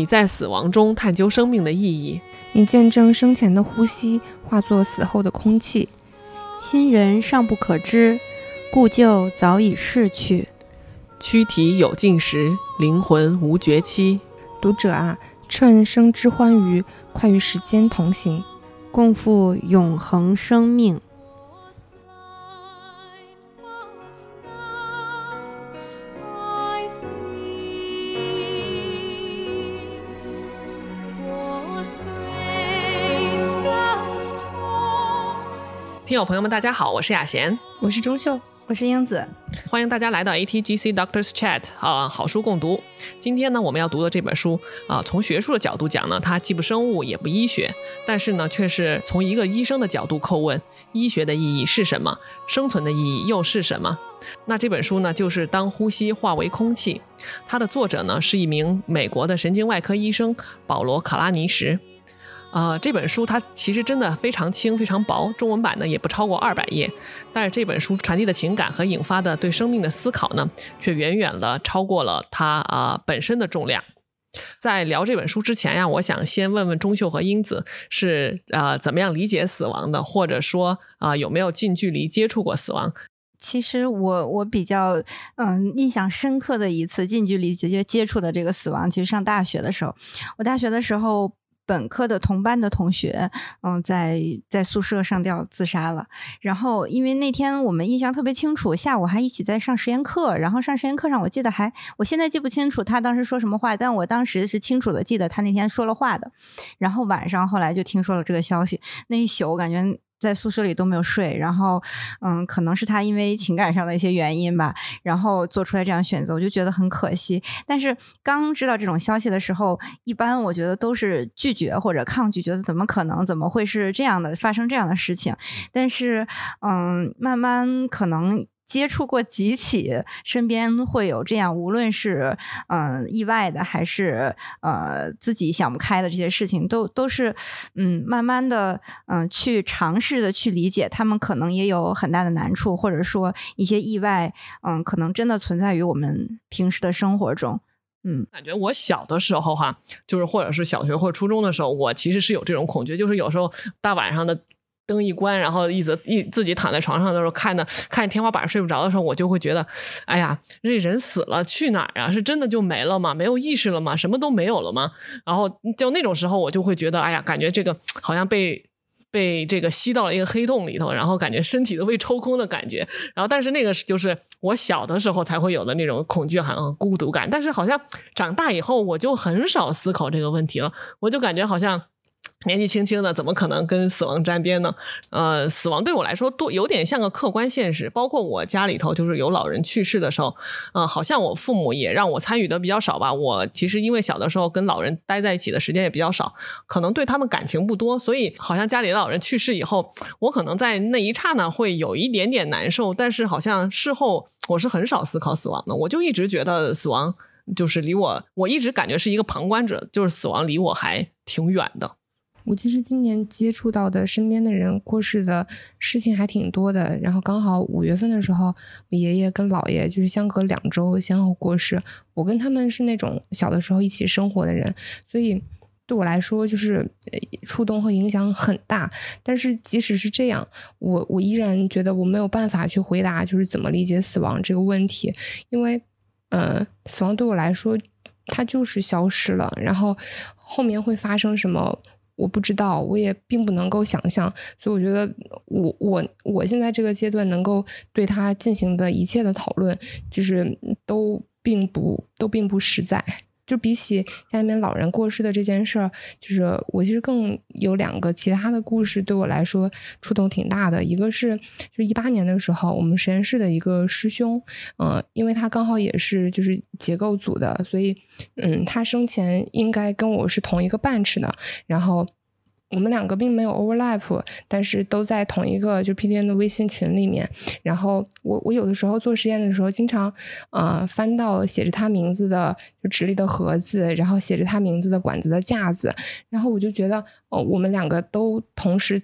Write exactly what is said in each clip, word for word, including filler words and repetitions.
你在死亡中探究生命的意义， 你见证生前的呼吸化作死后的空气。 新人尚不可知，故旧早已逝去。 躯体有尽时，灵魂无绝期。 读者啊，趁生之欢愉，快与时间同行， 共赴永恒生命。 听友朋友们大家好，我是雅贤， 我是钟秀， 我是英子， 欢迎大家来到 A T G C Doctors Chat 啊、呃，好书共读。今天呢，我们要读的这本书啊、呃，从学术的角度讲呢，它既不生物也不医学，但是呢，却是从一个医生的角度叩问医学的意义是什么，生存的意义又是什么。那这本书呢，就是当呼吸化为空气。它的作者呢，是一名美国的神经外科医生保罗·卡拉尼什。呃，这本书它其实真的非常轻非常薄，中文版呢也不超过二百页，但是这本书传递的情感和引发的对生命的思考呢，却远远的超过了它啊、呃、本身的重量。在聊这本书之前呀，我想先问问钟秀和英子是呃怎么样理解死亡的，或者说啊、呃、有没有近距离接触过死亡？ 其实我我比较嗯印象深刻的一次近距离直接接触的这个死亡，其实上大学的时候，我大学的时候。本科的同班的同学，嗯，在在宿舍上吊自杀了。然后，因为那天我们印象特别清楚，下午还一起在上实验课。然后上实验课上，我记得还，我现在记不清楚他当时说什么话，但我当时是清楚的记得他那天说了话的。然后晚上后来就听说了这个消息，那一宿我感觉在宿舍里都没有睡，然后嗯，可能是他因为情感上的一些原因吧，然后做出来这样选择，我就觉得很可惜。但是刚知道这种消息的时候，一般我觉得都是拒绝或者抗拒，觉得怎么可能，怎么会是这样的，发生这样的事情。但是嗯，慢慢可能接触过几起，身边会有这样，无论是嗯、呃、意外的，还是呃自己想不开的这些事情，都都是嗯慢慢的嗯、呃、去尝试的去理解，他们可能也有很大的难处，或者说一些意外，嗯可能真的存在于我们平时的生活中。嗯， 感觉我小的时候哈，就是或者是小学或者初中的时候，我其实是有这种恐惧，就是有时候大晚上的灯一关，然后一直一自己躺在床上的时候，看的看着天花板睡不着的时候，我就会觉得，哎呀，这人死了去哪儿啊？是真的就没了吗？没有意识了吗？什么都没有了吗？然后就那种时候，我就会觉得，哎呀，感觉这个好像被。被这个吸到了一个黑洞里头，然后感觉身体都被抽空的感觉，然后但是那个就是我小的时候才会有的那种恐惧感、孤独感，但是好像长大以后我就很少思考这个问题了，我就感觉好像年纪轻轻的怎么可能跟死亡沾边呢？呃，死亡对我来说多有点像个客观现实，包括我家里头就是有老人去世的时候，呃，好像我父母也让我参与的比较少吧。我其实因为小的时候跟老人待在一起的时间也比较少，可能对他们感情不多，所以好像家里的老人去世以后，我可能在那一刹那会有一点点难受，但是好像事后我是很少思考死亡的，我就一直觉得死亡就是离我，我一直感觉是一个旁观者，就是死亡离我还挺远的。 我其实今年接触到的身边的人过世的事情还挺多的，然后刚好五月份的时候，我爷爷跟姥爷就是相隔两周先后过世。我跟他们是那种小的时候一起生活的人，所以对我来说就是触动和影响很大。但是即使是这样，我我依然觉得我没有办法去回答就是怎么理解死亡这个问题，因为呃，死亡对我来说它就是消失了，然后后面会发生什么我不知道，我也并不能够想象，所以我觉得我我我现在这个阶段能够对它进行的一切的讨论，就是都并不都并不实在。就比起家里面老人过世的这件事儿，就是我其实更有两个其他的故事对我来说触动挺大的。一个是就一八年的时候，我们实验室的一个师兄，呃，因为他刚好也是就是结构组的，所以嗯，他生前应该跟我是同一个 batch 的，然后我们两个并没有 overlap， 但是都在同一个就 P D N 的微信群里面。然后我我有的时候做实验的时候，经常呃翻到写着他名字的就纸里的盒子，然后写着他名字的管子的架子，然后我就觉得哦、呃，我们两个都同时在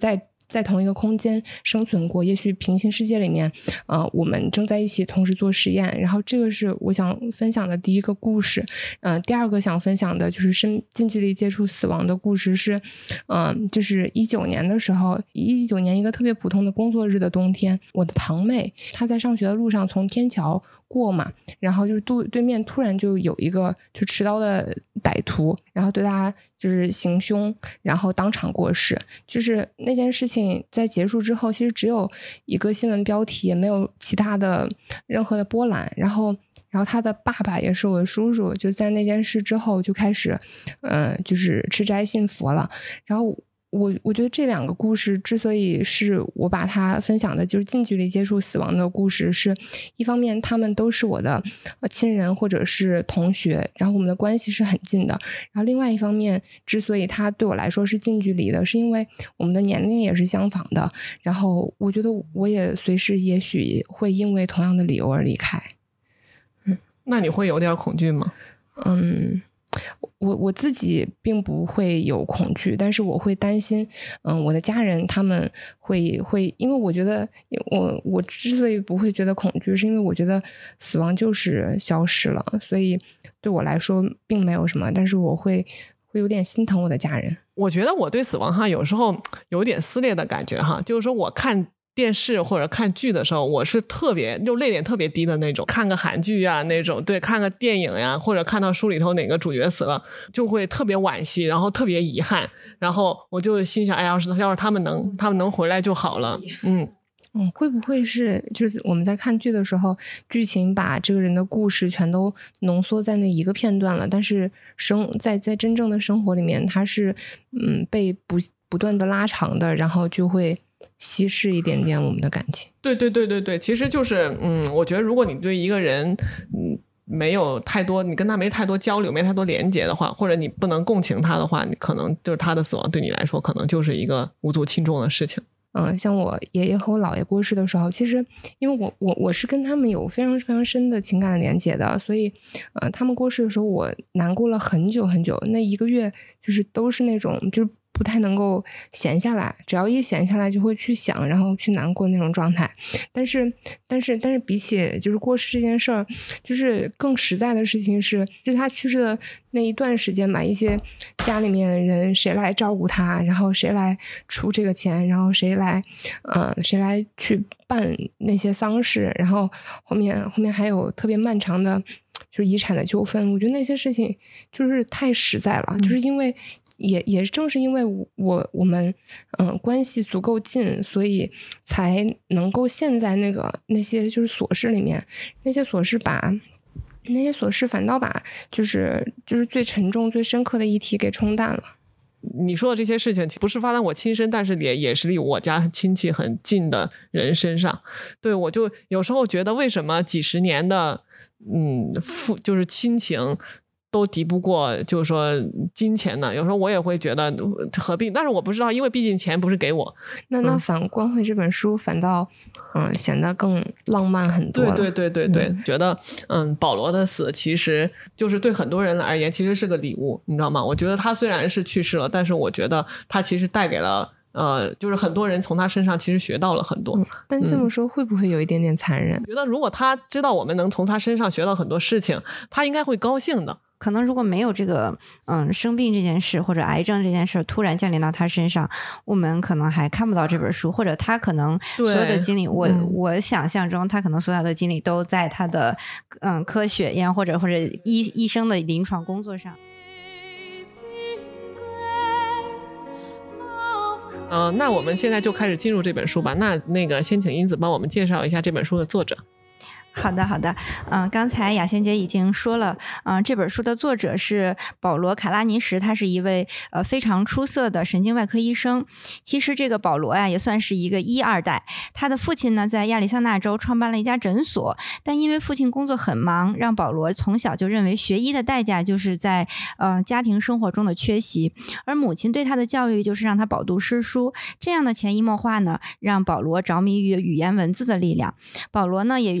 在同一个空间生存过，也许平行世界里面呃，我们正在一起同时做实验。然后这个是我想分享的第一个故事。呃，第二个想分享的就是深近距离接触死亡的故事是嗯、呃，就是一九年的时候，一九年一个特别普通的工作日的冬天，我的堂妹她在上学的路上从天桥过嘛，然后就是对对面突然就有一个就持刀的歹徒，然后对他就是行凶，然后当场过世。就是那件事情在结束之后，其实只有一个新闻标题，也没有其他的任何的波澜。然后然后他的爸爸也是我的叔叔，就在那件事之后就开始呃就是吃斋信佛了。然后我我觉得这两个故事之所以是我把它分享的就是近距离接触死亡的故事，是一方面他们都是我的亲人或者是同学，然后我们的关系是很近的。然后另外一方面之所以它对我来说是近距离的，是因为我们的年龄也是相仿的，然后我觉得我也随时也许会因为同样的理由而离开。 嗯，那你会有点恐惧吗？ 嗯我我自己并不会有恐惧，但是我会担心，嗯，我的家人他们会会，因为我觉得我我之所以不会觉得恐惧，是因为我觉得死亡就是消失了，所以对我来说并没有什么，但是我会会有点心疼我的家人。 我觉得我对死亡哈有时候有点撕裂的感觉哈，就是说我看电视或者看剧的时候，我是特别就泪点特别低的那种，看个韩剧呀那种，对，看个电影呀，或者看到书里头哪个主角死了，就会特别惋惜，然后特别遗憾，然后我就心想，哎，要是要是他们能他们能回来就好了。嗯嗯，会不会是就是我们在看剧的时候，剧情把这个人的故事全都浓缩在那一个片段了，但是生在在真正的生活里面，它是嗯被不不断的拉长的，然后就会稀释一点点我们的感情。 对对对对对，其实就是嗯，我觉得如果你对一个人嗯没有太多，你跟他没太多交流，没太多连接的话，或者你不能共情他的话，你可能就是他的死亡对你来说可能就是一个无足轻重的事情。 嗯，像我爷爷和我姥爷过世的时候，其实因为我我我是跟他们有非常非常深的情感的连接的，所以呃，他们过世的时候我难过了很久很久，那一个月就是都是那种就是不太能够闲下来，只要一闲下来就会去想，然后去难过那种状态。但是但是但是比起就是过世这件事儿，就是更实在的事情是，就是他去世的那一段时间吧，一些家里面人谁来照顾他，然后谁来出这个钱，然后谁来呃谁来去办那些丧事，然后后面后面还有特别漫长的就是遗产的纠纷，我觉得那些事情就是太实在了，嗯、就是因为也也正是因为我我们嗯、呃、关系足够近，所以才能够陷在那个那些就是琐事里面，那些琐事把那些琐事反倒把就是就是最沉重最深刻的议题给冲淡了。 你说的这些事情不是发生我亲身，但是也也是离我家亲戚很近的人身上。对，我就有时候觉得为什么几十年的嗯父就是亲情都敌不过就是说金钱呢？有时候我也会觉得何必，但是我不知道，因为毕竟钱不是给我。 那那反《光辉》这本书反倒嗯显得更浪漫很多了。 对对对对对、嗯、觉得嗯保罗的死其实就是对很多人而言其实是个礼物，你知道吗？我觉得他虽然是去世了，但是我觉得他其实带给了呃，就是很多人从他身上其实学到了很多、嗯、 但这么说会不会有一点点残忍？ 我觉得如果他知道我们能从他身上学到很多事情，他应该会高兴的。 可能如果没有这个嗯生病这件事或者癌症这件事突然降临到他身上，我们可能还看不到这本书，或者他可能所有的经历，我、嗯、我想象中他可能所有的经历都在他的嗯科学研或者或者医医生的临床工作上。 嗯、呃，那我们现在就开始进入这本书吧。那那个先请英子帮我们介绍一下这本书的作者。 好的好的嗯、呃，刚才雅仙姐已经说了嗯、呃，这本书的作者是保罗卡拉尼什，他是一位呃非常出色的神经外科医生。其实这个保罗呀也算是一个一二代，他的父亲呢在亚利桑那州创办了一家诊所，但因为父亲工作很忙，让保罗从小就认为学医的代价就是在呃家庭生活中的缺席，而母亲对他的教育就是让他饱读诗书。这样的潜移默化呢，让保罗着迷于语言文字的力量。保罗呢也拥有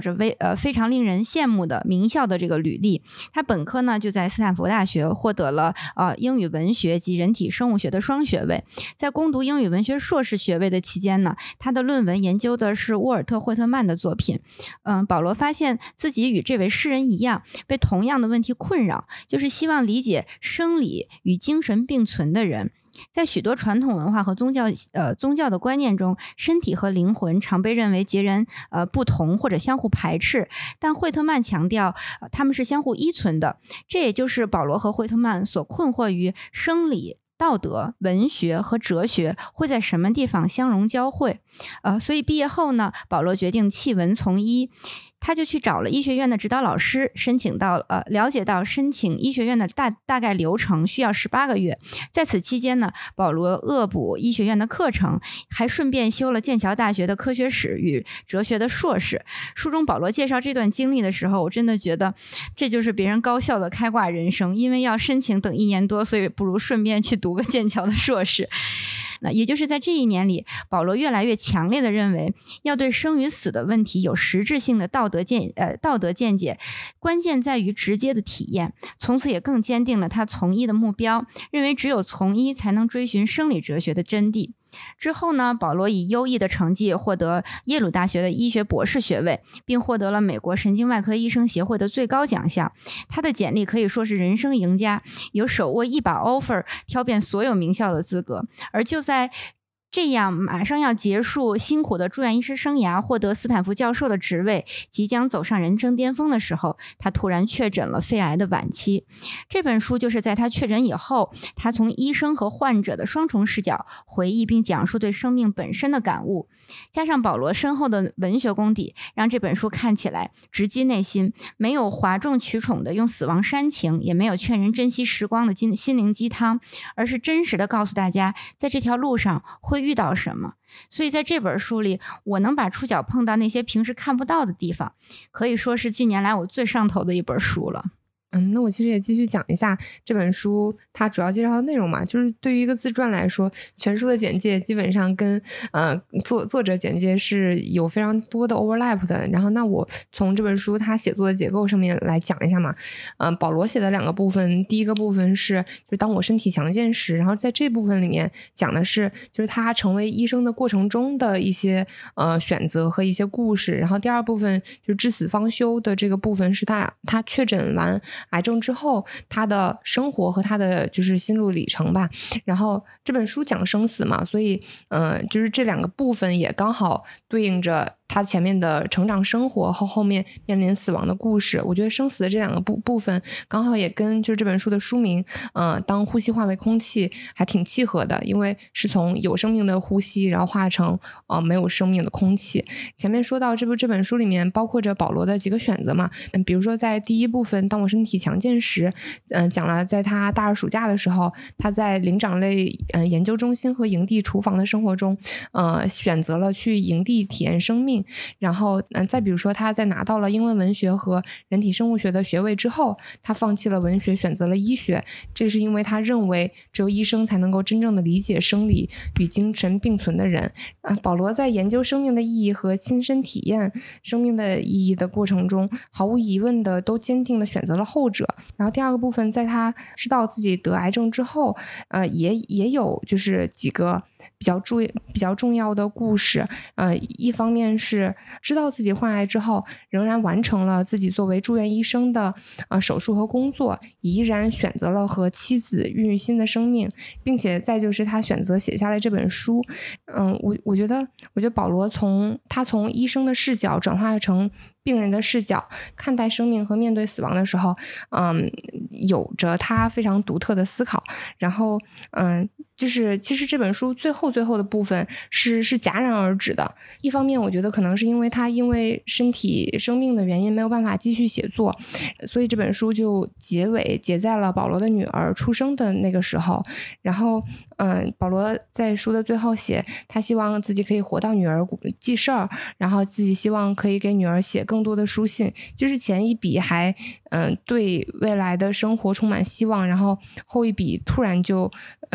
着非呃非常令人羡慕的名校的这个履历。他本科呢就在斯坦福大学获得了呃英语文学及人体生物学的双学位。在攻读英语文学硕士学位的期间呢，他的论文研究的是沃尔特·惠特曼的作品。嗯，保罗发现自己与这位诗人一样，被同样的问题困扰，就是希望理解生理与精神并存的人。在许多传统文化和宗教呃宗教的观念中，身体和灵魂常被认为截然呃不同或者相互排斥，但惠特曼强调、呃、他们是相互依存的。这也就是保罗和惠特曼所困惑于生理、道德、文学和哲学会在什么地方相融交汇。呃，所以毕业后呢，保罗决定弃文从医。他就去找了医学院的指导老师，申请到呃了解到申请医学院的大大概流程需要十八个月。在此期间呢，保罗恶补医学院的课程，还顺便修了剑桥大学的科学史与哲学的硕士。书中保罗介绍这段经历的时候，我真的觉得这就是别人高校的开挂人生，因为要申请等一年多，所以不如顺便去读个剑桥的硕士。那也就是在这一年里，保罗越来越强烈地认为，要对生与死的问题有实质性的道德见呃道德见解，关键在于直接的体验。从此也更坚定了他从医的目标，认为只有从医才能追寻生理哲学的真谛。之后呢，保罗以优异的成绩获得耶鲁大学的医学博士学位，并获得了美国神经外科医生协会的最高奖项。他的简历可以说是人生赢家，有手握一把 offer 挑遍所有名校的资格。而就在这样马上要结束辛苦的住院医师生涯，获得斯坦福教授的职位，即将走上人生巅峰的时候，他突然确诊了肺癌的晚期。这本书就是在他确诊以后，他从医生和患者的双重视角回忆并讲述对生命本身的感悟，加上保罗深厚的文学功底，让这本书看起来直击内心，没有哗众取宠的用死亡煽情，也没有劝人珍惜时光的心灵鸡汤，而是真实的告诉大家，在这条路上会遇到什么。所以在这本书里，我能把触角碰到那些平时看不到的地方，可以说是近年来我最上头的一本书了。 嗯，那我其实也继续讲一下这本书它主要介绍的内容嘛，就是对于一个自传来说，全书的简介基本上跟呃作作者简介是有非常多的 overlap 的。然后那我从这本书它写作的结构上面来讲一下嘛。嗯、呃，保罗写的两个部分，第一个部分是就当我身体强健时，然后在这部分里面讲的是就是他成为医生的过程中的一些呃选择和一些故事。然后第二部分就是至死方休的这个部分是他他确诊完癌症之后他的生活和他的就是心路里程吧。然后这本书讲生死嘛，所以呃就是这两个部分也刚好对应着他前面的成长生活和后面面临死亡的故事。我觉得生死的这两个部部分刚好也跟就是这本书的书名呃当呼吸化为空气还挺契合的，因为是从有生命的呼吸然后化成呃没有生命的空气。前面说到这部这本书里面包括着保罗的几个选择嘛，嗯，比如说在第一部分当我身体强健时，嗯、呃，讲了在他大二暑假的时候，他在灵长类嗯、呃、研究中心和营地厨房的生活中呃选择了去营地体验生命。然后嗯、呃，再比如说他在拿到了英文文学和人体生物学的学位之后，他放弃了文学选择了医学，这是因为他认为只有医生才能够真正的理解生理与精神并存的人。啊，保罗在研究生命的意义和亲身体验生命的意义的过程中，毫无疑问的都坚定的选择了后者。然后第二个部分，在他知道自己得癌症之后，呃，也也有就是几个比较注比较重要的故事。呃，一方面是知道自己患癌之后，仍然完成了自己作为住院医生的呃手术和工作，依然选择了和妻子孕育新的生命，并且再就是他选择写下来这本书。嗯，我我觉得，我觉得保罗从他从医生的视角转化成病人的视角看待生命和面对死亡的时候，嗯，有着他非常独特的思考。然后，嗯，就是其实这本书最后最后的部分是是戛然而止的。一方面，我觉得可能是因为他因为身体生病的原因没有办法继续写作，所以这本书就结尾结在了保罗的女儿出生的那个时候。然后，嗯，保罗在书的最后写，他希望自己可以活到女儿记事儿，然后自己希望可以给女儿写更多的书信，就是前一笔还嗯对未来的生活充满希望，然后后一笔突然就呃停止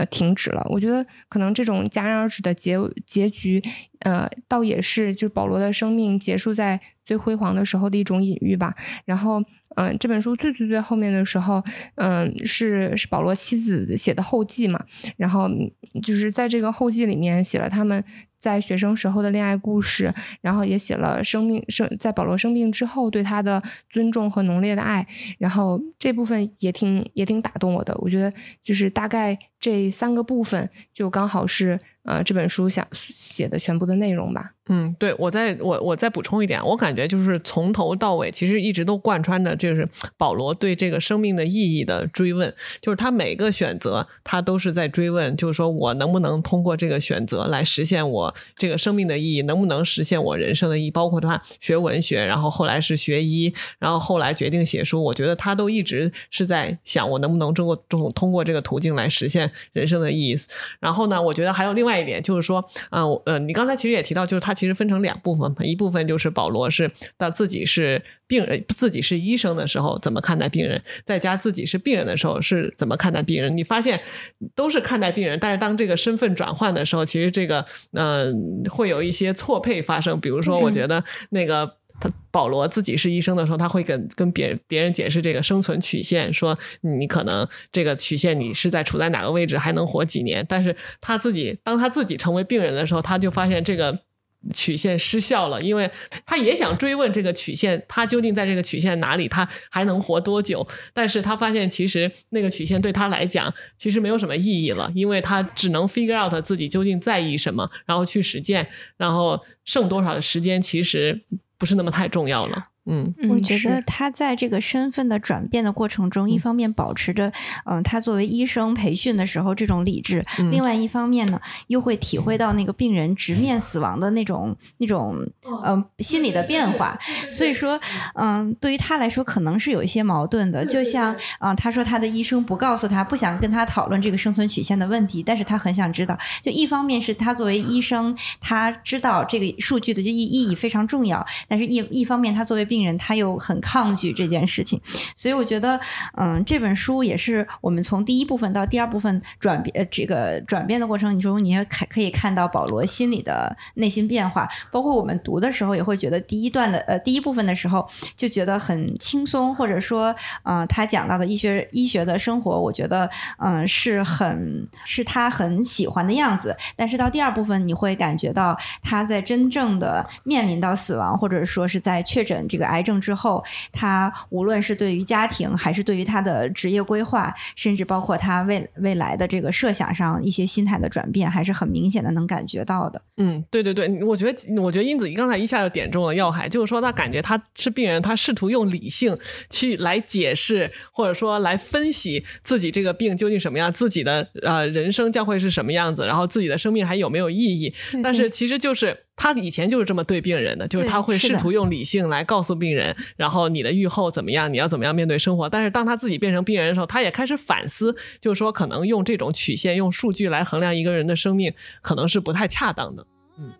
了。我觉得可能这种戛然而止的结结局，呃，倒也是就是保罗的生命结束在最辉煌的时候的一种隐喻吧。然后，嗯、呃，这本书最最最后面的时候，嗯、呃，是是保罗妻子写的后记嘛。然后就是在这个后记里面写了他们在学生时候的恋爱故事，然后也写了生命生在保罗生病之后对他的尊重和浓烈的爱，然后这部分也挺也挺打动我的。我觉得就是大概这三个部分就刚好是呃这本书想写的全部的内容吧。 嗯，对，我再我我再补充一点，我感觉就是从头到尾其实一直都贯穿着就是保罗对这个生命的意义的追问，就是他每个选择他都是在追问，就是说我能不能通过这个选择来实现我这个生命的意义，能不能实现我人生的意义，包括他学文学，然后后来是学医，然后后来决定写书，我觉得他都一直是在想我能不能通过通过这个途径来实现人生的意义。然后呢，我觉得还有另外一点就是说，呃呃，你刚才其实也提到，就是他其实分成两部分，一部分就是保罗是他自己是病人，自己是医生的时候怎么看待病人，在家自己是病人的时候是怎么看待病人。你发现都是看待病人，但是当这个身份转换的时候，其实这个呃会有一些错配发生。比如说，我觉得那个。他保罗自己是医生的时候，他会跟跟别人别人解释这个生存曲线，说你可能这个曲线你是在处在哪个位置，还能活几年。但是他自己当他自己成为病人的时候，他就发现这个曲线失效了，因为他也想追问这个曲线他究竟在这个曲线哪里，他还能活多久，但是他发现其实那个曲线对他来讲其实没有什么意义了，因为他只能 figure out 自己究竟在意什么，然后去实践，然后剩多少的时间其实不是那么太重要了。嗯， 我觉得他在这个身份的转变的过程中，一方面保持着嗯、呃，他作为医生培训的时候这种理智、嗯、另外一方面呢又会体会到那个病人直面死亡的那种那种呃心理的变化。所以说嗯、呃，对于他来说可能是有一些矛盾的，就像啊、呃，他说他的医生不告诉他，不想跟他讨论这个生存曲线的问题，但是他很想知道。就一方面是他作为医生他知道这个数据的意意义非常重要，但是一一方面他作为病人他又很抗拒这件事情。所以我觉得嗯，这本书也是我们从第一部分到第二部分转变、呃、这个转变的过程中，你也可以看到保罗心里的内心变化。包括我们读的时候也会觉得第一段的呃第一部分的时候就觉得很轻松，或者说嗯、呃，他讲到的医学医学的生活我觉得嗯、呃、是很是他很喜欢的样子。但是到第二部分你会感觉到他在真正的面临到死亡，或者说是在确诊这个癌症之后，他无论是对于家庭还是对于他的职业规划，甚至包括他未未来的这个设想上一些心态的转变，还是很明显的能感觉到的。 嗯，对对对，我觉得我觉得英子刚才一下就点中了要害，就是说他感觉他是病人，他试图用理性去来解释或者说来分析自己这个病究竟什么样，自己的呃人生将会是什么样子，然后自己的生命还有没有意义。 对对， 但是其实就是他以前就是这么对病人的，就是他会试图用理性来告诉病人，然后你的预后怎么样，你要怎么样面对生活。但是当他自己变成病人的时候，他也开始反思，就是说可能用这种曲线用数据来衡量一个人的生命可能是不太恰当的。嗯，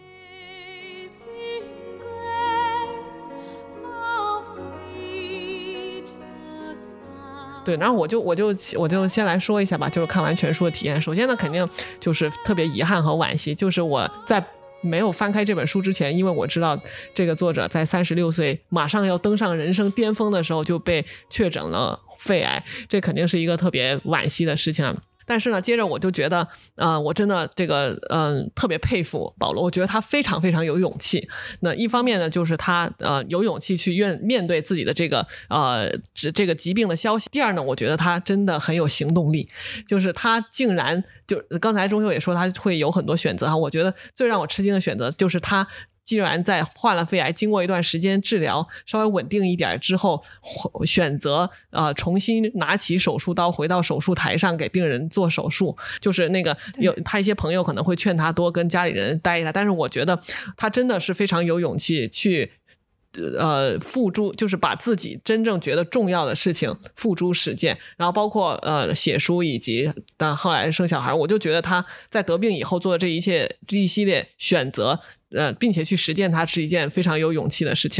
对，然后我就我就我就先来说一下吧，就是看完全书的体验。首先呢，肯定就是特别遗憾和惋惜，就是我在没有翻开这本书之前，因为我知道这个作者在三十六岁马上要登上人生巅峰的时候就被确诊了肺癌，这肯定是一个特别惋惜的事情啊。但是呢，接着我就觉得，呃，我真的这个，嗯、呃，特别佩服保罗。我觉得他非常非常有勇气。那一方面呢，就是他呃有勇气去面面对自己的这个呃这个疾病的消息。第二呢，我觉得他真的很有行动力，就是他竟然就刚才钟秀也说他会有很多选择哈。我觉得最让我吃惊的选择就是他既然在患了肺癌，经过一段时间治疗稍微稳定一点之后，选择呃重新拿起手术刀回到手术台上给病人做手术。就是那个有他一些朋友可能会劝他多跟家里人待一待，但是我觉得他真的是非常有勇气去呃付诸，就是把自己真正觉得重要的事情付诸实践，然后包括呃写书以及但后来生小孩。我就觉得他在得病以后做的这一切这一系列选择呃，并且去实践它是一件非常有勇气的事情。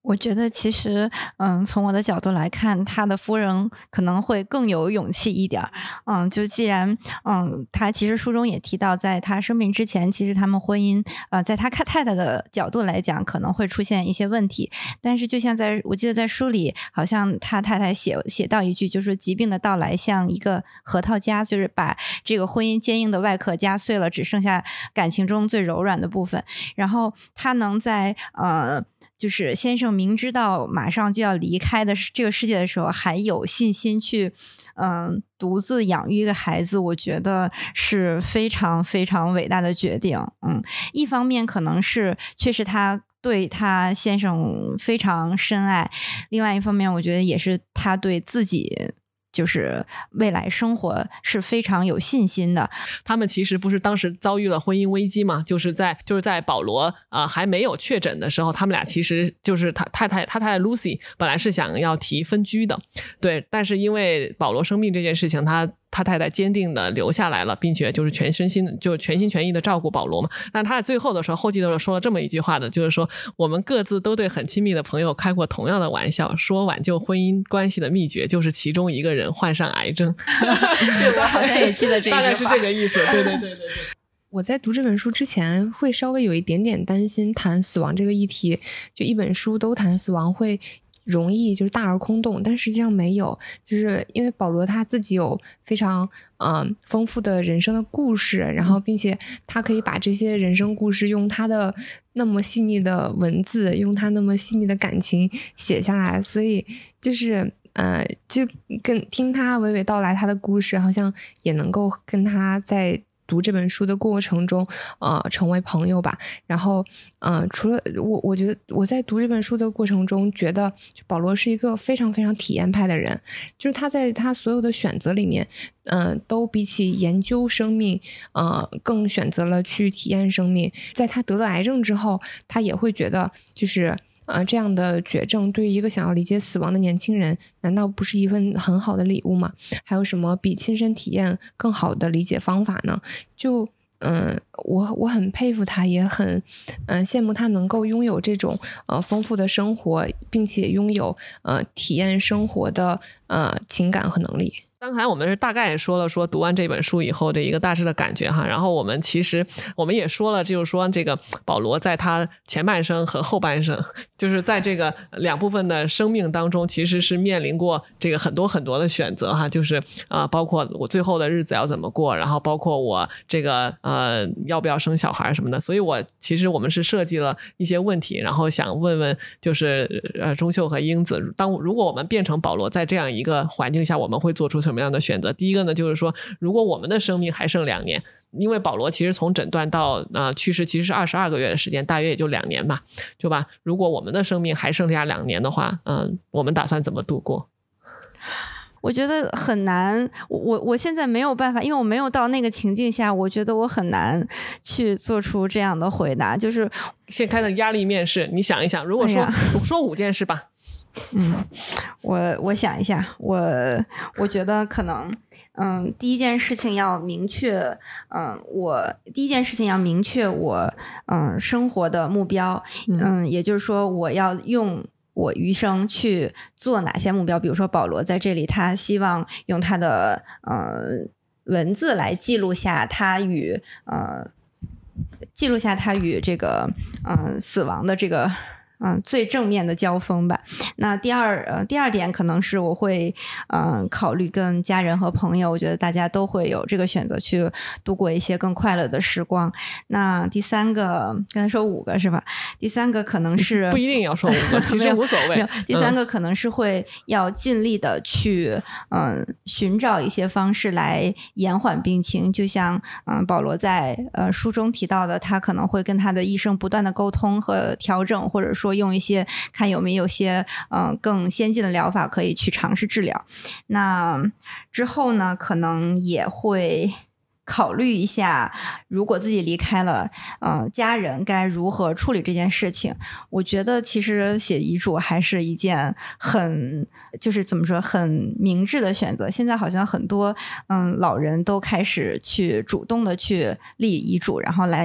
我觉得其实，嗯，从我的角度来看，他的夫人可能会更有勇气一点。嗯，就既然，嗯，他其实书中也提到，在他生病之前，其实他们婚姻，呃，在他看太太的角度来讲，可能会出现一些问题。但是，就像在我记得在书里，好像他太太写写到一句，就是疾病的到来像一个核桃夹，就是把这个婚姻坚硬的外壳夹碎了，只剩下感情中最柔软的部分。然后他能在呃。就是先生明知道马上就要离开的这个世界的时候，还有信心去嗯、呃、独自养育一个孩子，我觉得是非常非常伟大的决定。嗯，一方面可能是确实他对他先生非常深爱，另外一方面我觉得也是他对自己就是未来生活是非常有信心的。 他们其实不是当时遭遇了婚姻危机嘛，就是在就是在保罗啊、呃、还没有确诊的时候，他们俩其实就是他太太他太太 Lucy 本来是想要提分居的，对，但是因为保罗生病这件事情，他他太太坚定的留下来了，并且就是全身心就全心全意的照顾保罗嘛。但他在最后的时候，后记的时候说了这么一句话的，就是说我们各自都对很亲密的朋友开过同样的玩笑，说挽救婚姻关系的秘诀就是其中一个人患上癌症。 这我好像也记得这一句话， 大概是这个意思。对对对对对。 我在读这本书之前会稍微有一点点担心谈死亡这个议题，就一本书都谈死亡会容易就是大而空洞，但实际上没有，就是因为保罗他自己有非常嗯、呃、丰富的人生的故事，然后并且他可以把这些人生故事用他的那么细腻的文字，用他那么细腻的感情写下来，所以就是呃，就跟听他娓娓道来他的故事，好像也能够跟他在读这本书的过程中呃成为朋友吧。然后呃除了我我觉得我在读这本书的过程中觉得就保罗是一个非常非常体验派的人，就是他在他所有的选择里面呃都比起研究生命呃更选择了去体验生命。在他得了癌症之后，他也会觉得就是呃，这样的绝症对于一个想要理解死亡的年轻人，难道不是一份很好的礼物吗？还有什么比亲身体验更好的理解方法呢？就嗯、呃，我我很佩服他，也很嗯、呃、羡慕他能够拥有这种呃丰富的生活，并且拥有呃体验生活的呃情感和能力。 刚才我们是大概也说了说读完这本书以后的一个大致的感觉哈，然后我们其实我们也说了，就是说这个保罗在他前半生和后半生，就是在这个两部分的生命当中，其实是面临过这个很多很多的选择哈，就是呃包括我最后的日子要怎么过，然后包括我这个呃要不要生小孩什么的，所以我其实我们是设计了一些问题，然后想问问就是呃钟秀和英子，当如果我们变成保罗在这样一个环境下，我们会做出什么什么样的选择。第一个呢，就是说如果我们的生命还剩两年，因为保罗其实从诊断到呃去世其实是二十二个月的时间，大约也就两年吧，就吧。如果我们的生命还剩下两年的话，嗯、呃，我们打算怎么度过？ 我觉得很难，我我现在没有办法，因为我没有到那个情境下，我觉得我很难去做出这样的回答。就是现开的压力面试，你想一想，如果说、哎、说五件事吧。 嗯，我我想一下，我我觉得可能，嗯，第一件事情要明确，嗯，我第一件事情要明确我，嗯，生活的目标，嗯，也就是说，我要用我余生去做哪些目标。比如说，保罗在这里，他希望用他的呃文字来记录下他与呃记录下他与这个嗯、呃、死亡的这个。嗯，最正面的交锋吧。那第二，呃，第二点可能是我会，嗯、呃，考虑跟家人和朋友，我觉得大家都会有这个选择去度过一些更快乐的时光。那第三个，刚才说五个是吧？第三个可能是不一定要说五个，其实无所谓。 第三个可能是会要尽力的去，嗯、呃，寻找一些方式来延缓病情。就像，嗯、呃，保罗在呃书中提到的，他可能会跟他的医生不断的沟通和调整，或者说用一些看有没有些嗯、呃、更先进的疗法可以去尝试治疗。那之后呢，可能也会考虑一下，如果自己离开了，呃，家人该如何处理这件事情。我觉得其实写遗嘱还是一件很，就是怎么说，很明智的选择。现在好像很多嗯老人都开始去主动的去立遗嘱，然后来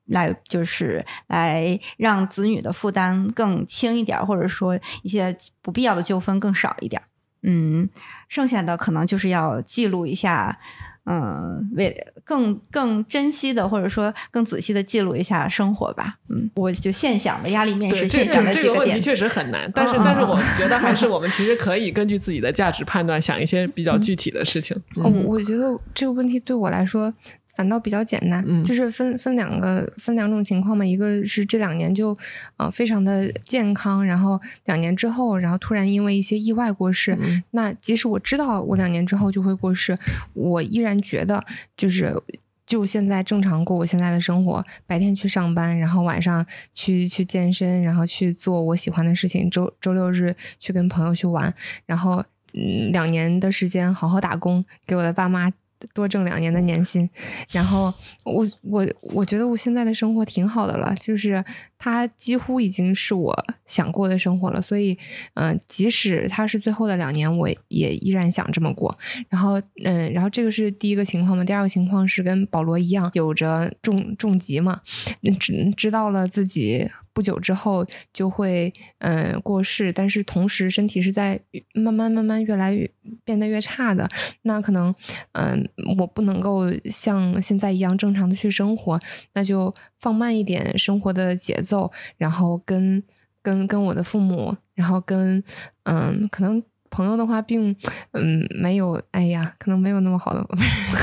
来就是来让子女的负担更轻一点，或者说一些不必要的纠纷更少一点。嗯，剩下的可能就是要记录一下，嗯，为更更珍惜的，或者说更仔细的记录一下生活吧。嗯，我就现想的压力面试现想的几个点， 这个问题确实很难，但是、嗯、但是我觉得还是我们其实可以根据自己的价值判断，想一些比较具体的事情。 嗯，嗯我觉得这个问题对我来说反倒比较简单， 嗯、 就是分分两个分两种情况嘛，一个是这两年就呃非常的健康，然后两年之后，然后突然因为一些意外过世， 嗯、 那即使我知道我两年之后就会过世，我依然觉得就是就现在正常过我现在的生活，白天去上班，然后晚上去去健身，然后去做我喜欢的事情，周周六日去跟朋友去玩，然后嗯两年的时间好好打工，给我的爸妈多挣两年的年薪，然后我我我觉得我现在的生活挺好的了，就是它几乎已经是我想过的生活了，所以嗯、呃，即使它是最后的两年，我也依然想这么过。然后嗯、呃，然后这个是第一个情况嘛，第二个情况是跟保罗一样，有着重重疾嘛，知知道了自己不久之后就会嗯、呃、过世，但是同时身体是在慢慢慢慢越来越变得越差的，那可能嗯、呃、我不能够像现在一样正常的去生活，那就放慢一点生活的节奏，然后跟跟跟我的父母，然后跟嗯可能朋友的话并嗯没有，哎呀可能没有那么好的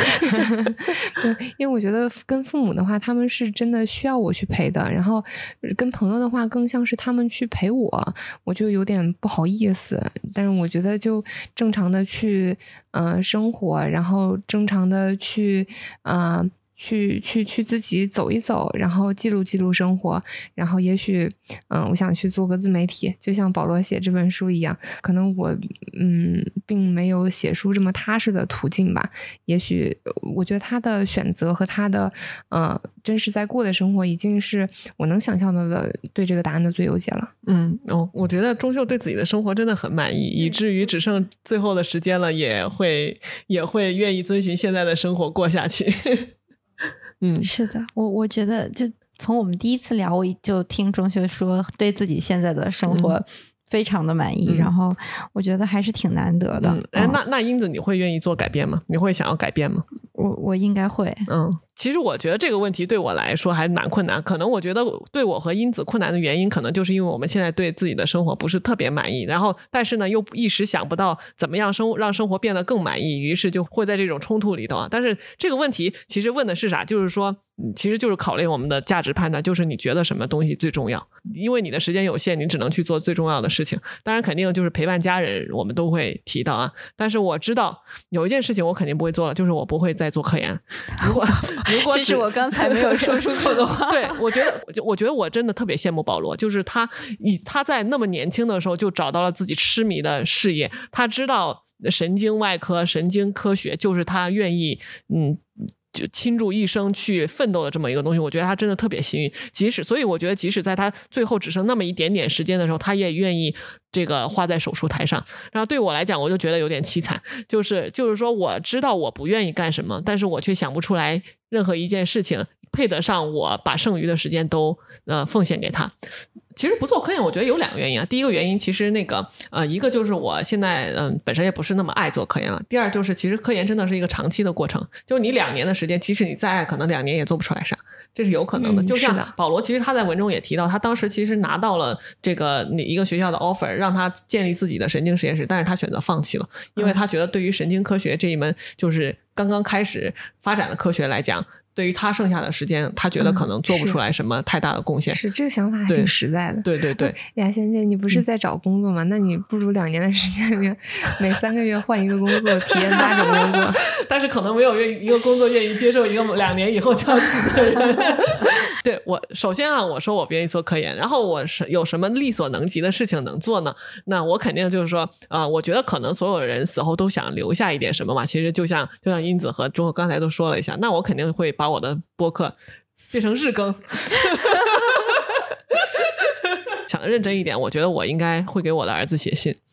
因为我觉得跟父母的话他们是真的需要我去陪的，然后跟朋友的话更像是他们去陪我，我就有点不好意思，但是我觉得就正常的去呃生活，然后正常的去呃去去去自己走一走，然后记录记录生活，然后也许嗯、呃，我想去做个自媒体，就像保罗写这本书一样，可能我嗯并没有写书这么踏实的途径吧，也许我觉得他的选择和他的呃真实在过的生活已经是我能想象到的对这个答案的最优解了。 嗯哦，我觉得钟秀对自己的生活真的很满意，以至于只剩最后的时间了，也会也会愿意遵循现在的生活过下去。嗯， 是的，我我觉得就从我们第一次聊，我就听钟秀说对自己现在的生活非常的满意，嗯、然后我觉得还是挺难得的。 嗯、哎，那那英子，你会愿意做改变吗？你会想要改变吗？ 我我应该会。 嗯，其实我觉得这个问题对我来说还蛮困难，可能我觉得对我和英子困难的原因，可能就是因为我们现在对自己的生活不是特别满意，然后但是呢又一时想不到怎么样生让生活变得更满意，于是就会在这种冲突里头啊。但是这个问题其实问的是啥？就是说其实就是考虑我们的价值判断，就是你觉得什么东西最重要，因为你的时间有限，你只能去做最重要的事情。当然肯定就是陪伴家人我们都会提到啊，但是我知道有一件事情我肯定不会做了，就是我不会再做科研。如果如果这是我刚才没有说出口的话。 对，我觉得我觉得我真的特别羡慕保罗，就是他以他在那么年轻的时候就找到了自己痴迷的事业，他知道神经外科神经科学就是他愿意嗯就倾注一生去奋斗的这么一个东西，我觉得他真的特别幸运。即使所以我觉得即使在他最后只剩那么一点点时间的时候，他也愿意这个花在手术台上。然后对我来讲，我就觉得有点凄惨，就是就是说我知道我不愿意干什么，但是我却想不出来任何一件事情配得上我把剩余的时间都呃奉献给他。其实不做科研我觉得有两个原因啊，第一个原因其实那个呃一个就是我现在嗯、呃、本身也不是那么爱做科研了，第二就是其实科研真的是一个长期的过程，就你两年的时间，即使你再爱可能两年也做不出来啥，这是有可能的。 嗯、 就像保罗其实他在文中也提到，他当时其实拿到了这个一个学校的 offer 让他建立自己的神经实验室，但是他选择放弃了，因为他觉得对于神经科学这一门就是刚刚开始发展的科学来讲，对于他剩下的时间他觉得可能做不出来什么太大的贡献、 嗯、是, 是这个想法还挺实在的。 对对对对， 雅仙姐你不是在找工作吗、嗯、那你不如两年的时间里面每三个月换一个工作体验八种工作但是可能没有一个工作愿意接受一个两年以后就要死的人对，我首先啊我说我不愿意做科研，然后我是有什么力所能及的事情能做呢？那我肯定就是说啊、呃，我觉得可能所有人死后都想留下一点什么嘛，其实就像就像英子和钟刚才都说了一下，那我肯定会把我的播客变成日更想认真一点，我觉得我应该会给我的儿子写信，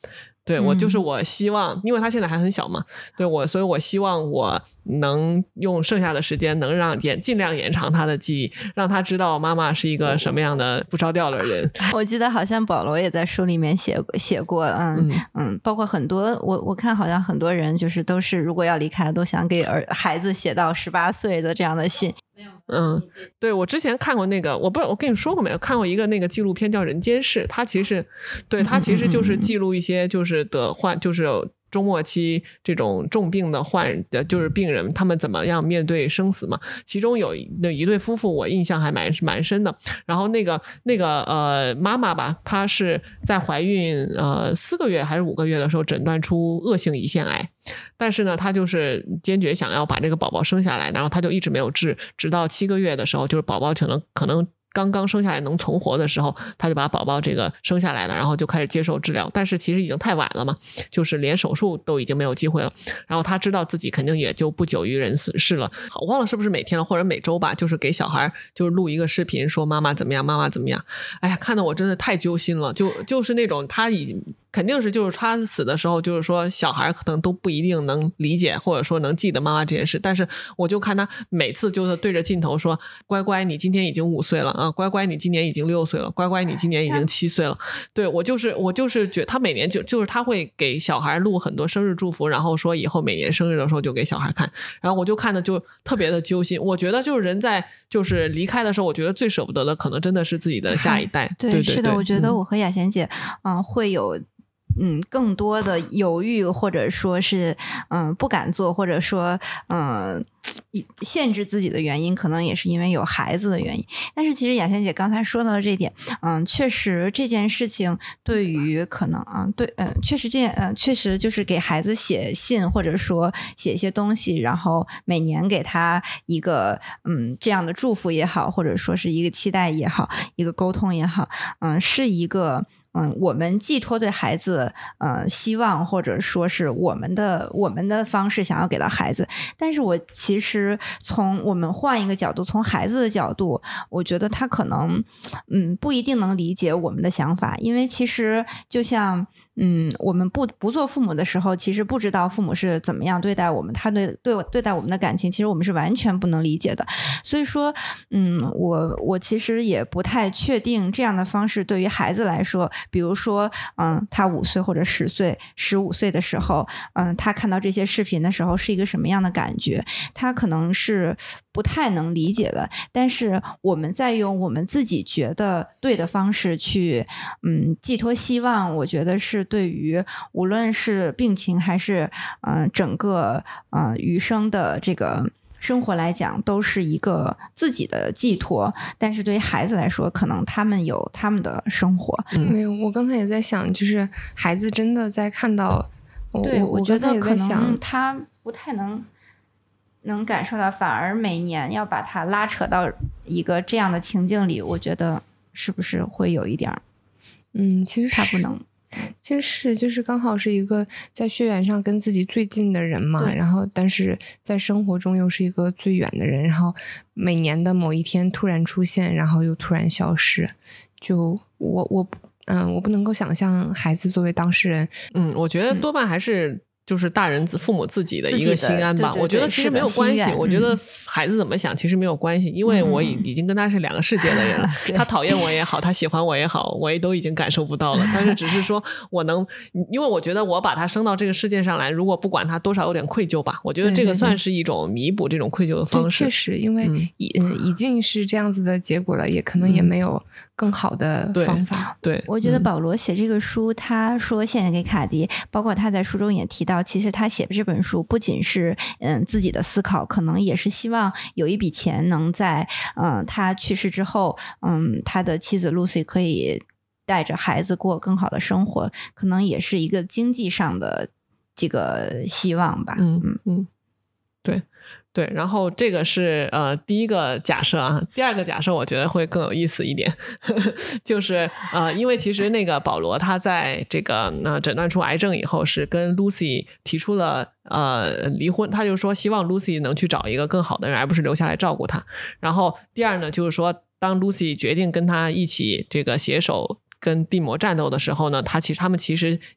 对，我就是我希望，因为他现在还很小嘛，对我，所以我希望我能用剩下的时间能让延尽量延长他的记忆，让他知道妈妈是一个什么样的不着调的人。 我记得好像保罗也在书里面写写过，嗯 嗯, 嗯，包括很多我我看好像很多人就是都是如果要离开都想给儿孩子写到十八岁的这样的信。 嗯，对，我之前看过那个，我不知道我跟你说过没有，看过一个那个纪录片叫《人间世》，它其实对它其实就是记录一些就是得患就是中末期这种重病的患的就是病人他们怎么样面对生死嘛。其中有一对夫妇我印象还蛮蛮深的，然后那个那个呃妈妈吧，她是在怀孕呃四个月还是五个月的时候诊断出恶性胰腺癌，但是呢她就是坚决想要把这个宝宝生下来，然后她就一直没有治，直到七个月的时候，就是宝宝可能可能刚刚生下来能存活的时候，他就把宝宝这个生下来了，然后就开始接受治疗，但是其实已经太晚了嘛，就是连手术都已经没有机会了，然后他知道自己肯定也就不久于人世了，我忘了是不是每天了或者每周吧，就是给小孩就是录一个视频说妈妈怎么样妈妈怎么样，哎呀看得我真的太揪心了，就就是那种他已肯定是就是他死的时候就是说小孩可能都不一定能理解或者说能记得妈妈这件事，但是我就看他每次就是对着镜头说乖乖你今天已经五岁了啊，乖乖你今年已经六岁了，乖乖你今年已经七岁了，对，我就是我就是觉得他每年就就是他会给小孩录很多生日祝福，然后说以后每年生日的时候就给小孩看，然后我就看的就特别的揪心，我觉得就是人在就是离开的时候，我觉得最舍不得的可能真的是自己的下一代。 对， 对对对， 是的，我觉得我和雅贤姐嗯、呃、会有嗯，更多的犹豫，或者说是嗯不敢做，或者说嗯限制自己的原因，可能也是因为有孩子的原因。但是其实雅贤姐刚才说到的这一点，嗯，确实这件事情对于可能啊，对，嗯，确实这件，嗯，确实就是给孩子写信，或者说写一些东西，然后每年给他一个嗯这样的祝福也好，或者说是一个期待也好，一个沟通也好，嗯，是一个。嗯，我们寄托对孩子呃希望，或者说是我们的我们的方式想要给到孩子。但是我其实从我们换一个角度，从孩子的角度，我觉得他可能嗯不一定能理解我们的想法，因为其实就像。嗯，我们不不做父母的时候，其实不知道父母是怎么样对待我们，他对对对待我们的感情，其实我们是完全不能理解的。所以说，嗯，我我其实也不太确定这样的方式对于孩子来说，比如说，嗯，他五岁或者十岁、十五岁的时候，嗯，他看到这些视频的时候是一个什么样的感觉？他可能是不太能理解的。但是我们在用我们自己觉得对的方式去，嗯，寄托希望，我觉得是。对于无论是病情还是呃整个呃余生的这个生活来讲，都是一个自己的寄托。但是对于孩子来说，可能他们有他们的生活。 嗯、没有，我刚才也在想，就是孩子真的在看到， 对， 我我觉得可能他不太能能感受到，反而每年要把他拉扯到一个这样的情境里，我觉得是不是会有一点， 嗯，其实他不能。 其实是就是刚好是一个在血缘上跟自己最近的人嘛，然后但是在生活中又是一个最远的人，然后每年的某一天突然出现，然后又突然消失，就我我嗯我不能够想象孩子作为当事人， 嗯，我觉得多半还是。就是大人父母自己的一个心安吧， 对对对， 我觉得其实没有关系。我觉得孩子怎么想其实没有关系，因为我已已经跟他是两个世界的人了。他讨厌我也好，他喜欢我也好，我也都已经感受不到了。但是只是说我能，因为我觉得我把他生到这个世界上来，如果不管他，多少有点愧疚吧。我觉得这个算是一种弥补这种愧疚的方式。 确实，因为已嗯已经是这样子的结果了，也可能也没有更好的方法。 对，对我觉得保罗写这个书，他说献给卡迪，包括他在书中也提到。其实他写这本书不仅是嗯自己的思考，可能也是希望有一笔钱能在嗯他去世之后，嗯他的妻子 Lucy 可以带着孩子过更好的生活，可能也是一个经济上的这个希望吧。 嗯嗯嗯，对。对，然后这个是呃第一个假设啊，第二个假设我觉得会更有意思一点，呵呵就是呃，因为其实那个保罗他在这个呃诊断出癌症以后，是跟 Lucy 提出了呃离婚，他就说希望 Lucy 能去找一个更好的人，而不是留下来照顾他。然后第二呢，就是说当 Lucy 决定跟他一起这个携手跟病魔战斗的时候呢，他其实他们其实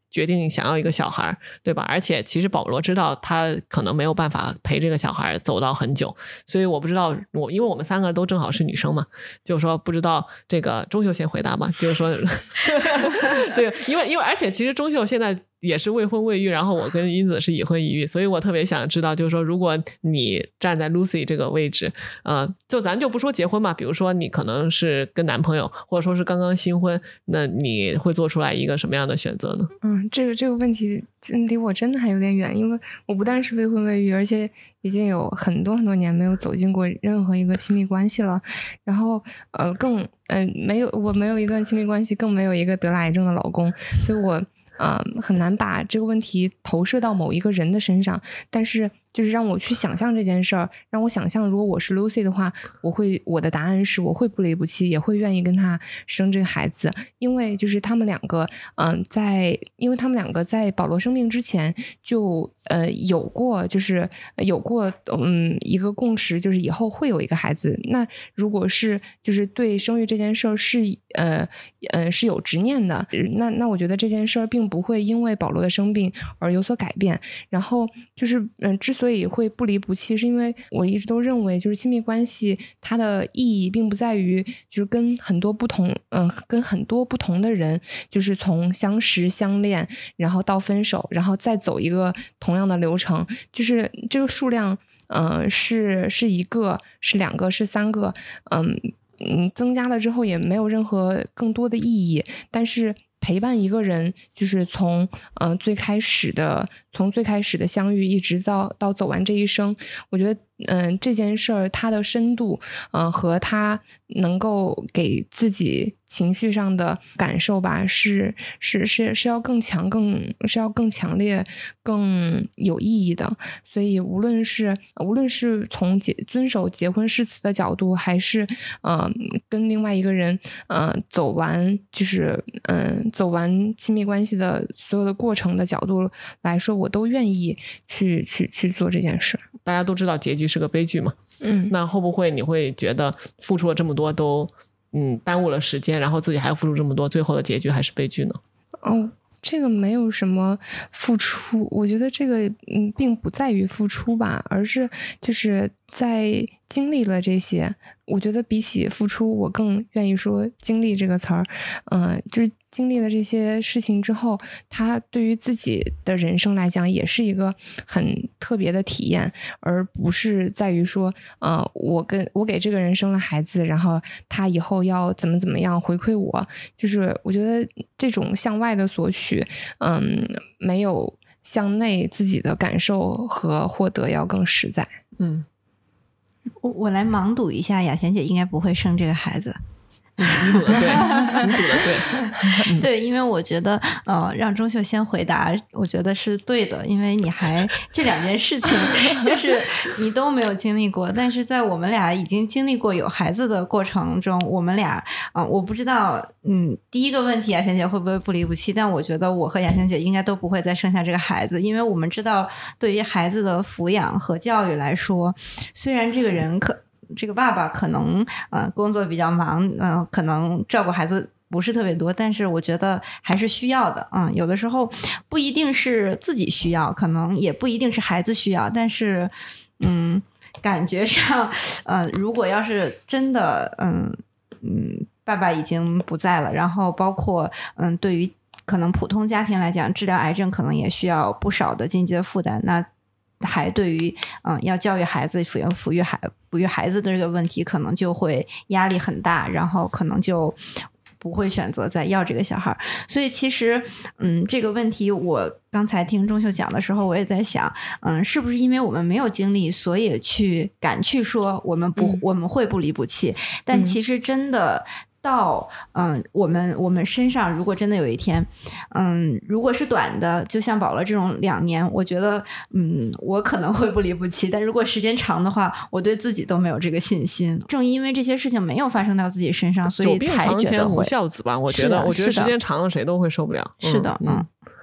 决定想要一个小孩，对吧？而且其实保罗知道他可能没有办法陪这个小孩走到很久，所以我不知道我因为我们三个都正好是女生嘛，就是说不知道这个钟秀先回答吧，就是说对，因为因为而且其实钟秀现在也是未婚未育，然后我跟英子是已婚已育，所以我特别想知道，就是说如果你站在 Lucy 这个位置，呃，就咱就不说结婚嘛，比如说你可能是跟男朋友，或者说是刚刚新婚，那你会做出来一个什么样的选择呢？ 嗯，这个这个问题离我真的还有点远，因为我不但是未婚未育，而且已经有很多很多年没有走进过任何一个亲密关系了，然后呃更呃没有我没有一段亲密关系，更没有一个得了癌症的老公，所以我呃很难把这个问题投射到某一个人的身上，但是就是让我去想象这件事儿，让我想象如果我是 Lucy 的话，我会我的答案是我会不离不弃，也会愿意跟他生这个孩子，因为就是他们两个嗯、呃、在因为他们两个在保罗生病之前就呃有过就是有过嗯一个共识，就是以后会有一个孩子。那如果是就是对生育这件事儿是呃呃是有执念的，那那我觉得这件事儿并不会因为保罗的生病而有所改变。然后就是嗯、呃、之所以会不离不弃，是因为我一直都认为就是亲密关系它的意义并不在于就是跟很多不同嗯、呃、跟很多不同的人就是从相识相恋然后到分手，然后再走一个同样的流程，就是这个数量呃是是一个是两个是三个嗯嗯增加了之后也没有任何更多的意义，但是陪伴一个人就是从呃最开始的从最开始的相遇一直到到走完这一生，我觉得嗯、呃、这件事儿它的深度呃和它能够给自己情绪上的感受吧是是是是要更强更是要更强烈更有意义的。所以无论是无论是从结遵守结婚誓词的角度，还是呃跟另外一个人呃走完就是嗯、呃走完亲密关系的所有的过程的角度来说，我都愿意去去去做这件事。 大家都知道结局是个悲剧嘛， 嗯， 那会不会你会觉得付出了这么多都嗯耽误了时间，然后自己还要付出这么多，最后的结局还是悲剧呢？ 哦，这个没有什么付出，我觉得这个嗯并不在于付出吧，而是就是在经历了这些，我觉得比起付出，我更愿意说经历这个词儿，嗯、呃，就是经历了这些事情之后，他对于自己的人生来讲也是一个很特别的体验，而不是在于说，呃，我跟我给这个人生了孩子，然后他以后要怎么怎么样回馈我，就是我觉得这种向外的索取，嗯，没有向内自己的感受和获得要更实在。 嗯。 我我来盲赌一下，雅贤姐应该不会生这个孩子。 嗯、你赌的对，你赌的对， 嗯、对，因为我觉得，呃，让钟秀先回答，我觉得是对的，因为你还这两件事情，就是你都没有经历过，但是在我们俩已经经历过有孩子的过程中，我们俩，啊、呃，我不知道，嗯，第一个问题，雅贤姐会不会不离不弃？但我觉得我和雅贤姐应该都不会再生下这个孩子，因为我们知道，对于孩子的抚养和教育来说，虽然这个人可。这个爸爸可能呃工作比较忙，嗯、呃，可能照顾孩子不是特别多，但是我觉得还是需要的。嗯，有的时候不一定是自己需要，可能也不一定是孩子需要，但是嗯，感觉上，呃，如果要是真的，嗯嗯，爸爸已经不在了，然后包括嗯，对于可能普通家庭来讲，治疗癌症可能也需要不少的经济的负担，那。还对于嗯要教育孩子抚养抚育孩哺育孩子的这个问题，可能就会压力很大，然后可能就不会选择再要这个小孩。所以其实嗯这个问题我刚才听钟秀讲的时候，我也在想，嗯是不是因为我们没有经历，所以去敢去说我们不、嗯、我们会不离不弃？但其实真的。到嗯，我们我们身上，如果真的有一天，嗯，如果是短的，就像保罗这种两年，我觉得，嗯，我可能会不离不弃。但如果时间长的话，我对自己都没有这个信心。正因为这些事情没有发生到自己身上，所以才觉得会。 久病床前无孝子吧？我觉得，我觉得时间长了谁都会受不了。 是的，嗯。 嗯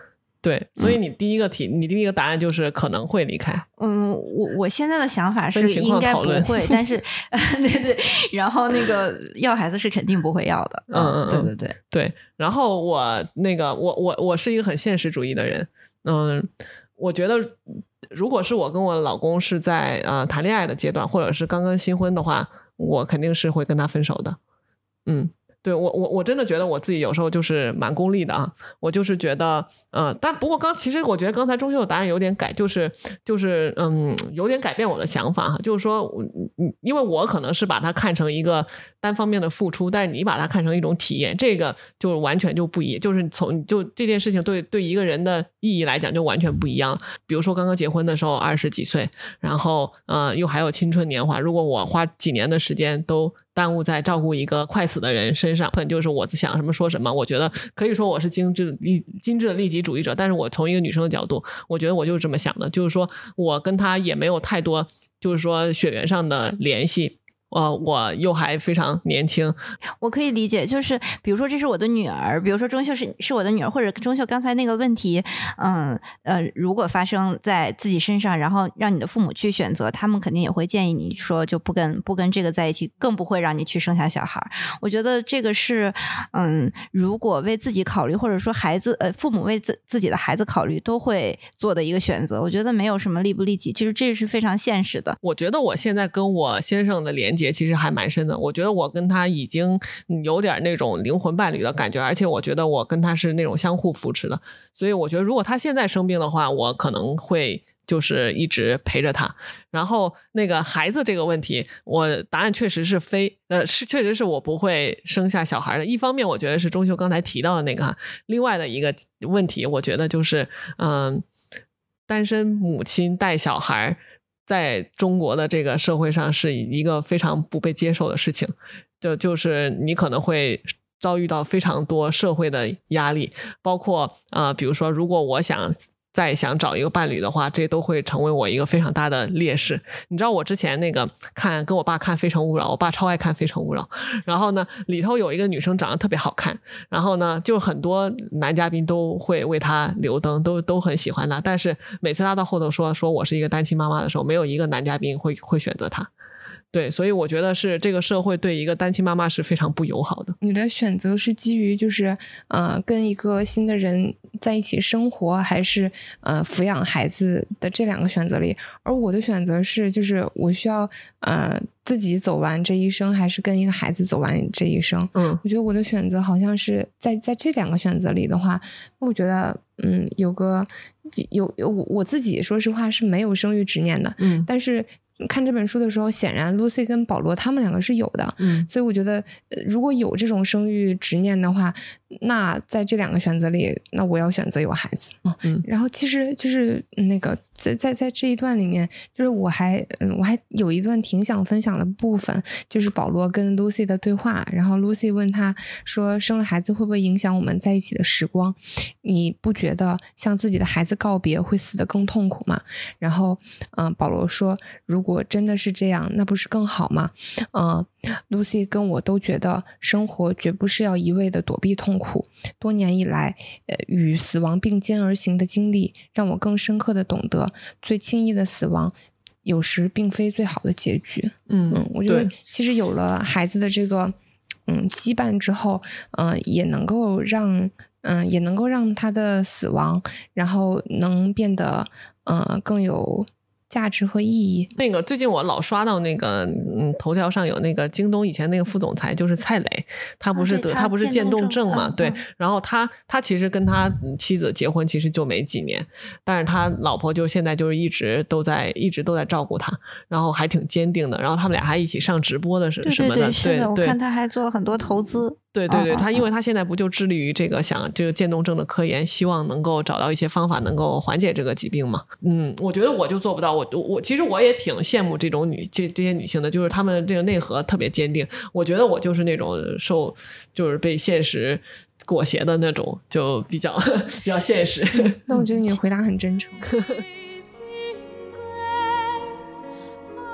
对，所以你第一个题、嗯、你第一个答案就是可能会离开。 嗯，我我现在的想法是应该不会，但是对对，然后那个要孩子是肯定不会要的。 嗯嗯， 对对对对。然后我那个我我我是一个很现实主义的人，嗯，我觉得如果是我跟我老公是在呃谈恋爱的阶段，或者是刚刚新婚的话，我肯定是会跟他分手的。嗯。对，我我我真的觉得我自己有时候就是蛮功利的啊，我就是觉得，嗯、呃，但不过刚其实我觉得刚才钟秀的答案有点改，就是就是嗯，有点改变我的想法哈，就是说，嗯，因为我可能是把它看成一个单方面的付出，但是你把它看成一种体验，这个就完全就不一样，就是从就这件事情对对一个人的意义来讲就完全不一样。比如说刚刚结婚的时候二十几岁，然后呃又还有青春年华，如果我花几年的时间都耽误在照顾一个快死的人身上，就是我想什么说什么，我觉得可以说我是精致精致的利己主义者，但是我从一个女生的角度，我觉得我就是这么想的，就是说我跟她也没有太多就是说血缘上的联系，呃，我又还非常年轻。 我可以理解，就是比如说这是我的女儿，比如说钟秀是是我的女儿，或者钟秀刚才那个问题，嗯呃，如果发生在自己身上，然后让你的父母去选择，他们肯定也会建议你说就不跟不跟这个在一起，更不会让你去生下小孩。我觉得这个是，嗯，如果为自己考虑，或者说孩子呃父母为自自己的孩子考虑，都会做的一个选择。我觉得没有什么利不利己，其实这是非常现实的。 我觉得我现在跟我先生的连结其实还蛮深的，我觉得我跟他已经有点那种灵魂伴侣的感觉，而且我觉得我跟他是那种相互扶持的，所以我觉得如果他现在生病的话，我可能会就是一直陪着他。然后那个孩子这个问题，我答案确实是非呃是确实是我不会生下小孩的。一方面我觉得是钟秀刚才提到的那个，另外的一个问题我觉得就是嗯、呃，单身母亲带小孩在中国的这个社会上是一个非常不被接受的事情，就就是你可能会遭遇到非常多社会的压力，包括呃，比如说如果我想再想找一个伴侣的话，这都会成为我一个非常大的劣势。你知道我之前那个看跟我爸看《非诚勿扰》，我爸超爱看《非诚勿扰》，然后呢里头有一个女生长得特别好看，然后呢就很多男嘉宾都会为她留灯，都都很喜欢她，但是每次她到后头说说我是一个单亲妈妈的时候，没有一个男嘉宾会会选择她。对，所以我觉得是这个社会对一个单亲妈妈是非常不友好的。 你的选择是基于就是呃跟一个新的人在一起生活，还是呃抚养孩子的这两个选择里？而我的选择是就是我需要呃自己走完这一生，还是跟一个孩子走完这一生？ 嗯， 我觉得我的选择好像是在在这两个选择里的话，我觉得嗯有个有有我自己说实话是没有生育执念的， 嗯， 但是看这本书的时候，显然 Lucy 跟保罗他们两个是有的， 嗯， 所以我觉得如果有这种生育执念的话，那在这两个选择里，那我要选择有孩子。 嗯， 然后其实就是那个在在在这一段里面，就是我还嗯我还有一段挺想分享的部分，就是保罗跟 Lucy 的对话，然后 Lucy 问他说，生了孩子会不会影响我们在一起的时光？你不觉得向自己的孩子告别会死得更痛苦吗？然后嗯、呃，保罗说，如果真的是这样，那不是更好吗？嗯、呃、Lucy 跟我都觉得生活绝不是要一味的躲避痛苦，多年以来呃与死亡并肩而行的经历让我更深刻的懂得，最轻易的死亡有时并非最好的结局。 嗯嗯，我觉得其实有了孩子的这个嗯羁绊之后，嗯、呃，也能够让嗯、呃、也能够让他的死亡然后能变得呃更有价值和意义。 那个最近我老刷到那个嗯头条上有那个京东以前那个副总裁就是蔡磊，他不是得、 啊、 他, 他不是渐冻症嘛、 嗯、 对，然后他他其实跟他妻子结婚其实就没几年，但是他老婆就现在就是一直都在一直都在照顾他，然后还挺坚定的，然后他们俩还一起上直播的什么的。 对对对，是的， 对， 我看他还做了很多投资。 对对对， 哦、 他因为他现在不就致力于这个想这个渐冻症的科研，希望能够找到一些方法能够缓解这个疾病嘛。嗯，我觉得我就做不到，我我其实我也挺羡慕这种女这这些女性的，就是她们这个内核特别坚定。我觉得我就是那种受就是被现实裹挟的那种，就比较比较现实。 那我觉得你的回答很真诚。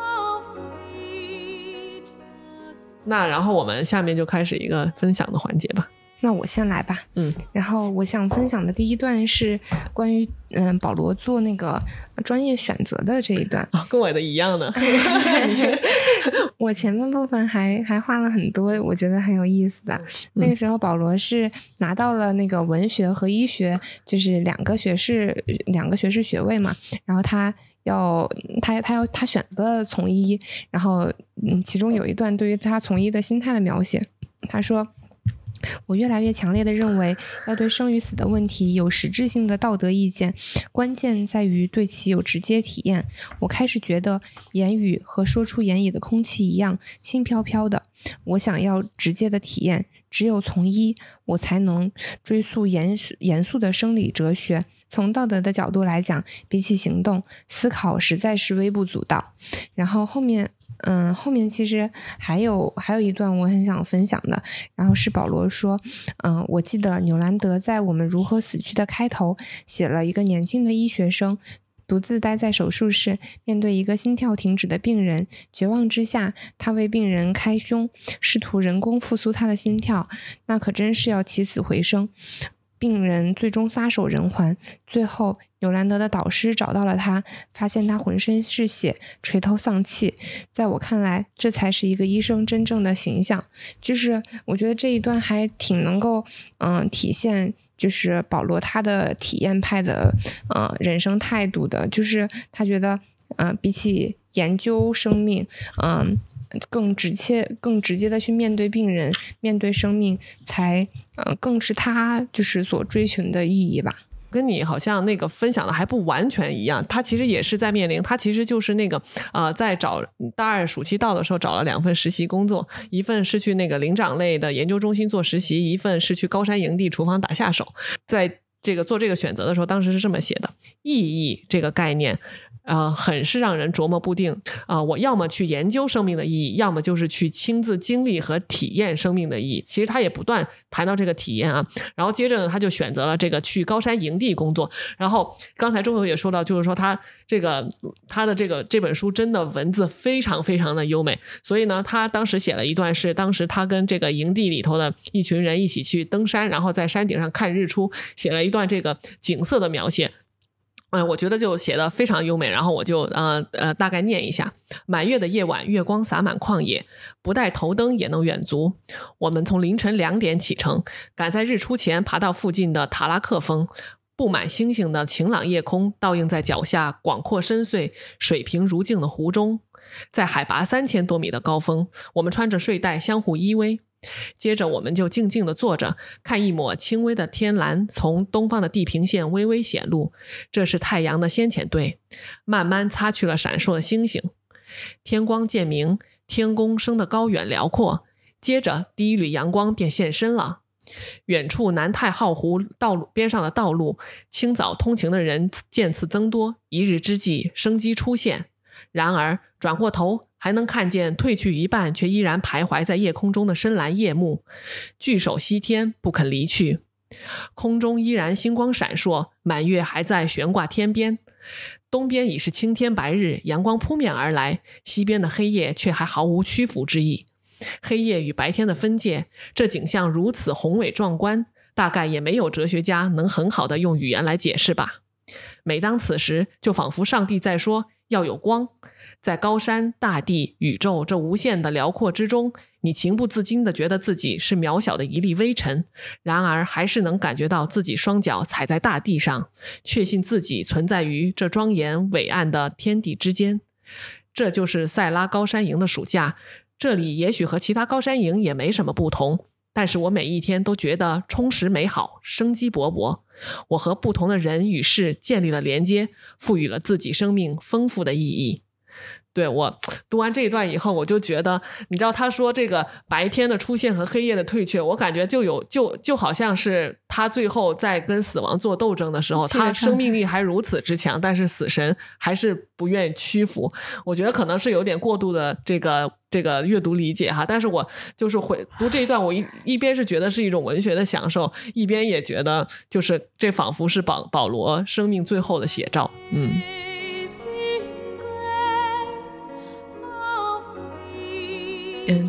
那然后我们下面就开始一个分享的环节吧。 那我先来吧。 嗯， 然后我想分享的第一段是关于嗯保罗做那个专业选择的这一段啊，跟我的一样的。 我前半部分还还画了很多我觉得很有意思的。嗯、那个时候保罗是拿到了那个文学和医学，就是两个学士两个学士学位嘛，然后他要他他要他选择了从医，然后嗯，其中有一段对于他从医的心态的描写，他说，我越来越强烈地认为要对生与死的问题有实质性的道德意见，关键在于对其有直接体验。我开始觉得言语和说出言语的空气一样轻飘飘的，我想要直接的体验，只有从医我才能追溯严严肃的生理哲学。从道德的角度来讲，比起行动，思考实在是微不足道。然后后面嗯，后面其实还有还有一段我很想分享的，然后是保罗说，嗯，我记得纽兰德在《我们如何死去》的开头写了一个年轻的医学生独自待在手术室，面对一个心跳停止的病人，绝望之下，他为病人开胸，试图人工复苏他的心跳，那可真是要起死回生。病人最终撒手人寰，最后纽兰德的导师找到了他，发现他浑身是血，垂头丧气。在我看来，这才是一个医生真正的形象。就是我觉得这一段还挺能够嗯体现就是保罗他的体验派的呃人生态度的，就是他觉得呃比起研究生命嗯、呃、更直接更直接的去面对病人，面对生命才呃更是他就是所追寻的意义吧。 跟你好像那个分享的还不完全一样，他其实也是在面临，他其实就是那个呃，在找大二暑期到的时候找了两份实习工作，一份是去那个灵长类的研究中心做实习，一份是去高山营地厨房打下手。在这个做这个选择的时候，当时是这么写的：意义这个概念呃，很是让人琢磨不定啊、呃！我要么去研究生命的意义，要么就是去亲自经历和体验生命的意义。其实他也不断谈到这个体验啊，然后接着呢，他就选择了这个去高山营地工作。然后刚才钟友也说到，就是说他这个他的这个这本书真的文字非常非常的优美，所以呢，他当时写了一段是当时他跟这个营地里头的一群人一起去登山，然后在山顶上看日出，写了一段这个景色的描写。嗯，我觉得就写得非常优美，然后我就呃呃大概念一下。满月的夜晚，月光洒满旷野，不带头灯也能远足。我们从凌晨两点启程，赶在日出前爬到附近的塔拉克峰。布满星星的晴朗夜空倒映在脚下广阔深邃、水平如镜的湖中。在海拔三千多米的高峰，我们穿着睡袋相互依偎。接着我们就静静地坐着，看一抹轻微的天蓝从东方的地平线微微显露，这是太阳的先遣队，慢慢擦去了闪烁的星星。天光渐明，天空升得高远辽阔，接着第一缕阳光便现身了。远处南太浩湖道路边上的道路，清早通勤的人渐次增多，一日之计，生机出现。然而转过头，还能看见褪去一半却依然徘徊在夜空中的深蓝夜幕，聚首西天，不肯离去。空中依然星光闪烁，满月还在悬挂天边。东边已是青天白日，阳光扑面而来，西边的黑夜却还毫无屈服之意。黑夜与白天的分界，这景象如此宏伟壮观，大概也没有哲学家能很好的用语言来解释吧。每当此时，就仿佛上帝在说，要有光。在高山、大地、宇宙这无限的辽阔之中，你情不自禁地觉得自己是渺小的一粒微尘，然而还是能感觉到自己双脚踩在大地上，确信自己存在于这庄严伟岸的天地之间。这就是塞拉高山营的暑假，这里也许和其他高山营也没什么不同，但是我每一天都觉得充实美好，生机勃勃。我和不同的人与事建立了连接，赋予了自己生命丰富的意义。对，我读完这一段以后，我就觉得，你知道他说这个白天的出现和黑夜的退却，我感觉就有就就好像是他最后在跟死亡做斗争的时候，他生命力还如此之强，但是死神还是不愿意屈服。我觉得可能是有点过度的这个这个阅读理解哈，但是我就是会读这一段，我一一边是觉得是一种文学的享受，一边也觉得就是这仿佛是保保罗生命最后的写照。嗯。 嗯，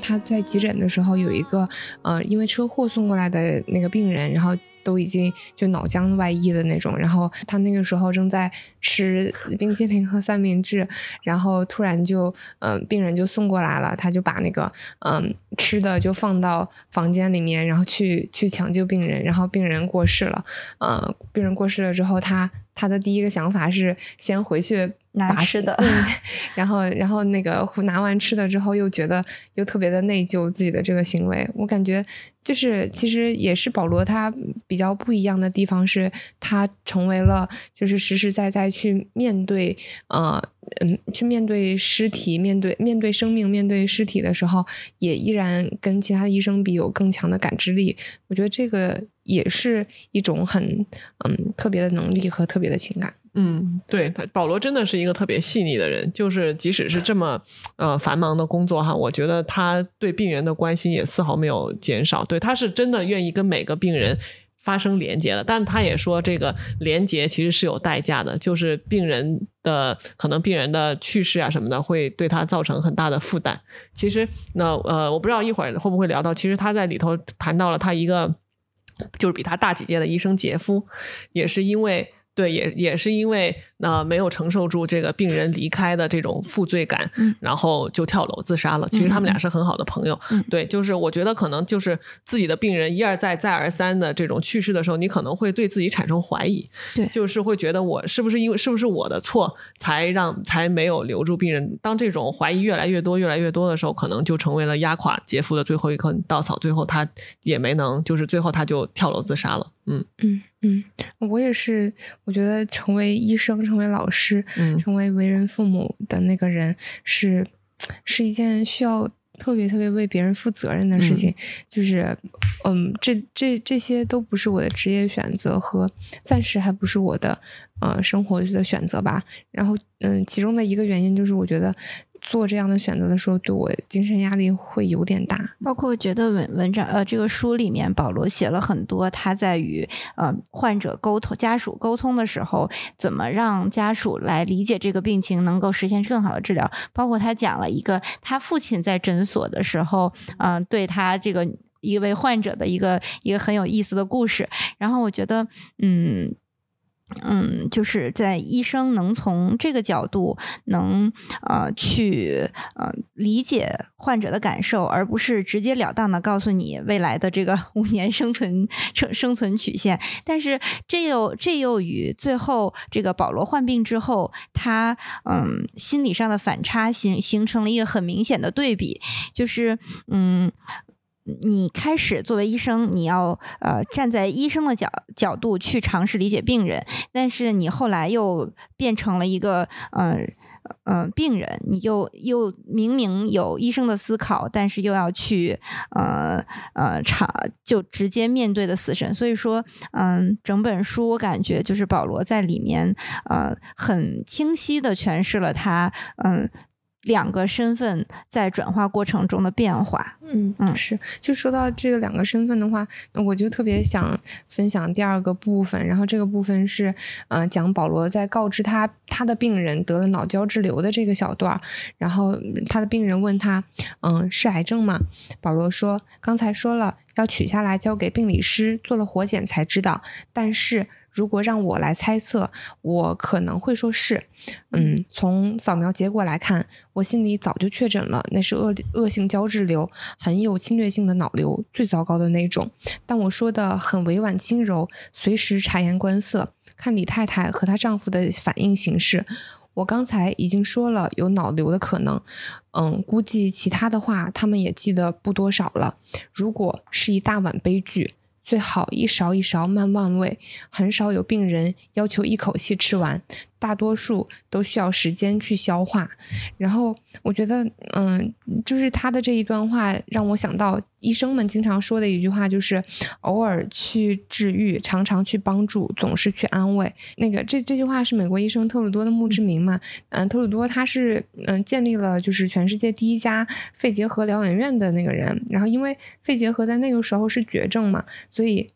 他在急诊的时候有一个呃因为车祸送过来的那个病人，然后都已经就脑浆外溢的那种，然后他那个时候正在吃冰淇淋和三明治，然后突然就嗯、呃、病人就送过来了，他就把那个嗯、呃、吃的就放到房间里面，然后去去抢救病人，然后病人过世了，呃病人过世了之后，他他的第一个想法是先回去拿吃的， 然后然后那个拿完吃的之后又觉得又特别的内疚自己的这个行为。我感觉就是其实也是保罗他比较不一样的地方，是他成为了就是实实在在去面对呃嗯去面对尸体，面对面对生命，面对尸体的时候，也依然跟其他医生比有更强的感知力。我觉得这个也是一种很嗯特别的能力和特别的情感。 嗯，对，保罗真的是一个特别细腻的人，就是即使是这么呃繁忙的工作哈，我觉得他对病人的关心也丝毫没有减少，对，他是真的愿意跟每个病人发生连结的，但他也说这个连结其实是有代价的，就是病人的可能病人的去世啊什么的会对他造成很大的负担。其实那呃我不知道一会儿会不会聊到，其实他在里头谈到了他一个就是比他大几届的医生杰夫，也是因为对，也也是因为呃没有承受住这个病人离开的这种负罪感， 嗯， 然后就跳楼自杀了。其实他们俩是很好的朋友， 嗯， 对，就是我觉得可能就是自己的病人一而再再而三的这种去世的时候，你可能会对自己产生怀疑， 对， 就是会觉得我是不是因为是不是我的错才让才没有留住病人。当这种怀疑越来越多越来越多的时候，可能就成为了压垮杰夫的最后一根稻草，最后他也没能，就是最后他就跳楼自杀了。嗯嗯嗯，我也是，我觉得成为医生、成为老师、 嗯、 成为为人父母的那个人是是一件需要特别特别为别人负责任的事情。嗯、就是嗯，这这这些都不是我的职业选择，和暂时还不是我的呃生活的选择吧。然后嗯，其中的一个原因就是我觉得做这样的选择的时候，对我精神压力会有点大。 包括我觉得文文章呃这个书里面，保罗写了很多他在与呃患者沟通、家属沟通的时候，怎么让家属来理解这个病情，能够实现更好的治疗。包括他讲了一个他父亲在诊所的时候，嗯、呃，对他这个一位患者的一个一个很有意思的故事。然后我觉得，嗯。嗯，就是在医生能从这个角度能呃去呃理解患者的感受，而不是直截了当的告诉你未来的这个五年生存生生存曲线。但是这又这又与最后这个保罗患病之后，他嗯心理上的反差形形成了一个很明显的对比，就是嗯。你开始作为医生，你要呃站在医生的角角度去尝试理解病人，但是你后来又变成了一个呃呃病人，你就又明明有医生的思考，但是又要去呃呃场就直接面对的死神。所以说，嗯、呃，整本书我感觉就是保罗在里面呃很清晰的诠释了他嗯。呃两个身份在转化过程中的变化。 嗯嗯，是。就说到这个两个身份的话，我就特别想分享第二个部分。然后这个部分是，呃，讲保罗在告知他他的病人得了脑胶质瘤的这个小段。然后他的病人问他，嗯，是癌症吗？保罗说，刚才说了要取下来交给病理师，做了活检才知道。但是如果让我来猜测，我可能会说是，嗯，从扫描结果来看，我心里早就确诊了，那是恶恶性胶质瘤，很有侵略性的脑瘤，最糟糕的那种。但我说的很委婉轻柔，随时察言观色，看李太太和她丈夫的反应形式。我刚才已经说了有脑瘤的可能，嗯，估计其他的话他们也记得不多少了。如果是一大碗悲剧，最好一勺一勺慢慢喂，很少有病人要求一口气吃完，大多数都需要时间去消化。然后我觉得嗯，就是他的这一段话让我想到医生们经常说的一句话，就是偶尔去治愈，常常去帮助，总是去安慰。那个这这句话是美国医生特鲁多的墓志铭嘛。嗯，特鲁多他是嗯建立了就是全世界第一家肺结核疗养院的那个人。然后因为肺结核在那个时候是绝症嘛，所以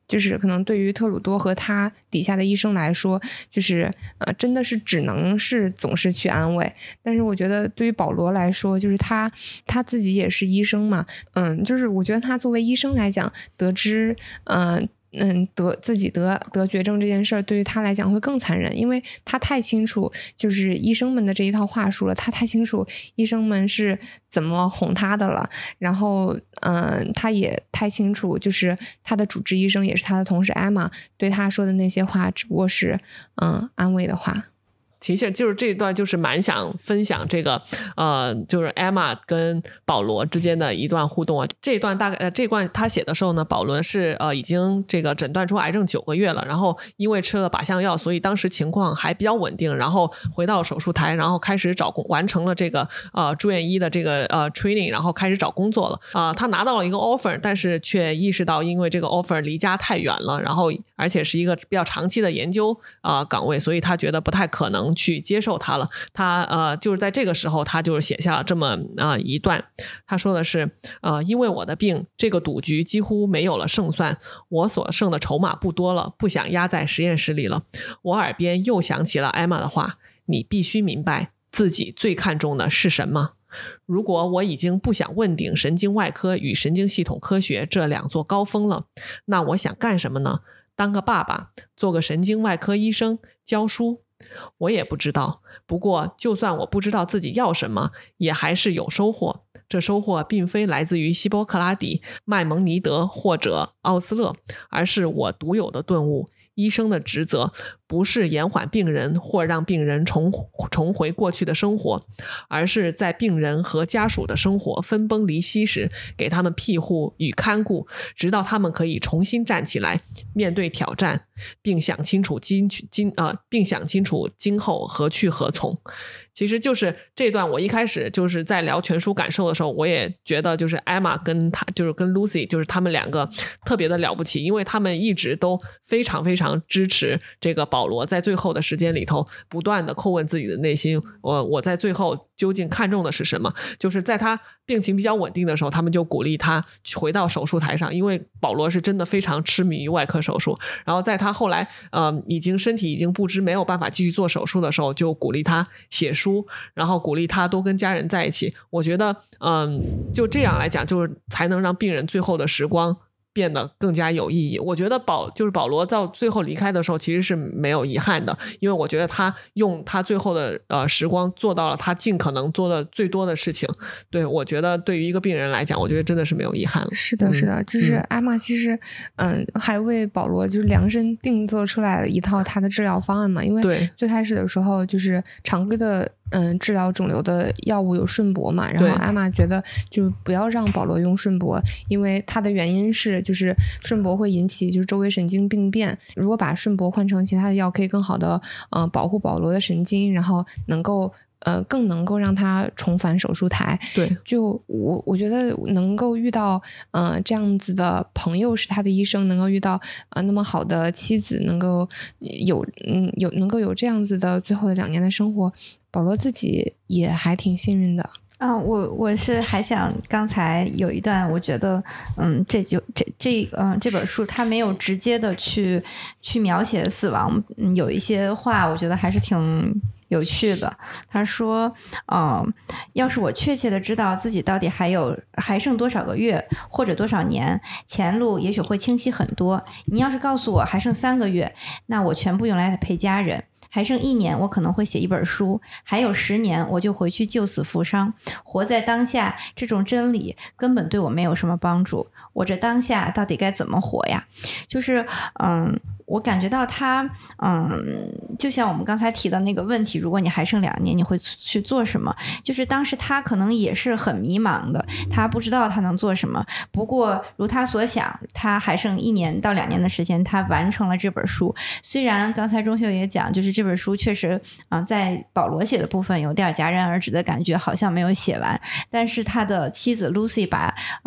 就是可能对于特鲁多和他底下的医生来说，就是呃，真的是只能是总是去安慰。但是我觉得对于保罗来说，就是他他自己也是医生嘛，嗯，就是我觉得他作为医生来讲，得知嗯。呃嗯，得自己得得绝症这件事儿，对于他来讲会更残忍，因为他太清楚就是医生们的这一套话术了，他太清楚医生们是怎么哄他的了，然后嗯，他也太清楚，就是他的主治医生也是他的同事艾玛对他说的那些话，只不过是嗯安慰的话。 其实就是这一段就是蛮想分享这个呃就是 Emma 跟保罗之间的一段互动啊。这一段大概呃这一段他写的时候呢，保罗是呃已经这个诊断出癌症九个月了，然后因为吃了靶向药，所以当时情况还比较稳定，然后回到手术台，然后开始找工完成了这个呃住院医的这个呃 training， 然后开始找工作了啊、呃。他拿到了一个 offer， 但是却意识到因为这个 offer 离家太远了，然后而且是一个比较长期的研究啊、呃、岗位，所以他觉得不太可能去接受它了。他呃就是在这个时候他就是写下了这么呃一段，他说的是呃因为我的病，这个赌局几乎没有了胜算，我所剩的筹码不多了，不想压在实验室里了。我耳边又响起了艾玛的话，你必须明白自己最看重的是什么。如果我已经不想问鼎神经外科与神经系统科学这两座高峰了，那我想干什么呢？当个爸爸，做个神经外科医生，教书？我也不知道，不过就算我不知道自己要什么，也还是有收获。这收获并非来自于希波克拉底、麦蒙尼德或者奥斯勒，而是我独有的顿悟。医生的职责不是延缓病人或让病人重重回过去的生活，而是在病人和家属的生活分崩离析时，给他们庇护与看顾，直到他们可以重新站起来面对挑战，并想清楚今今呃，并想清楚今后何去何从。其实就是这段，我一开始就是在聊全书感受的时候，我也觉得就是艾玛跟他就是跟 Lucy 就是他们两个特别的了不起，因为他们一直都非常非常支持这个保罗在最后的时间里头不断的叩问自己的内心，我我在最后究竟看重的是什么。就是在他病情比较稳定的时候，他们就鼓励他回到手术台上，因为保罗是真的非常痴迷于外科手术。然后在他后来呃已经身体已经不支没有办法继续做手术的时候，就鼓励他写书，然后鼓励他多跟家人在一起。我觉得嗯，就这样来讲，就是才能让病人最后的时光变得更加有意义。我觉得保就是保罗到最后离开的时候其实是没有遗憾的，因为我觉得他用他最后的呃时光做到了他尽可能做的最多的事情。对，我觉得对于一个病人来讲，我觉得真的是没有遗憾了。 是的是的、嗯、就是艾玛其实嗯还为保罗就是量身定做出来了一套他的治疗方案嘛，因为最开始的时候就是常规的嗯，治疗肿瘤的药物有顺铂嘛，然后艾玛觉得就不要让保罗用顺铂，因为它的原因是就是顺铂会引起就是周围神经病变，如果把顺铂换成其他的药，可以更好的呃保护保罗的神经，然后能够呃，更能够让他重返手术台。 对， 就我我觉得能够遇到呃这样子的朋友是他的医生，能够遇到呃那么好的妻子，能够有嗯有能够有这样子的最后的两年的生活，保罗自己也还挺幸运的。 啊，我我是还想刚才有一段，我觉得，嗯，这就这这嗯这本书它没有直接的去去描写死亡，嗯，有一些话我觉得还是挺有趣的。他说，嗯，要是我确切的知道自己到底还有还剩多少个月或者多少年，前路也许会清晰很多。你要是告诉我还剩三个月，那我全部用来陪家人。还剩一年，我可能会写一本书，还有十年我就回去救死扶伤。活在当下这种真理根本对我没有什么帮助，我这当下到底该怎么活呀？就是嗯我感觉到他嗯就像我们刚才提的那个问题，如果你还剩两年你会去做什么，就是当时他可能也是很迷茫的，他不知道他能做什么，不过如他所想，他还剩一年到两年的时间，他完成了这本书。虽然刚才钟秀也讲，就是这本书确实啊、呃，在保罗写的部分有点戛然而止的感觉，好像没有写完，但是他的妻子 Lucy 把啊、呃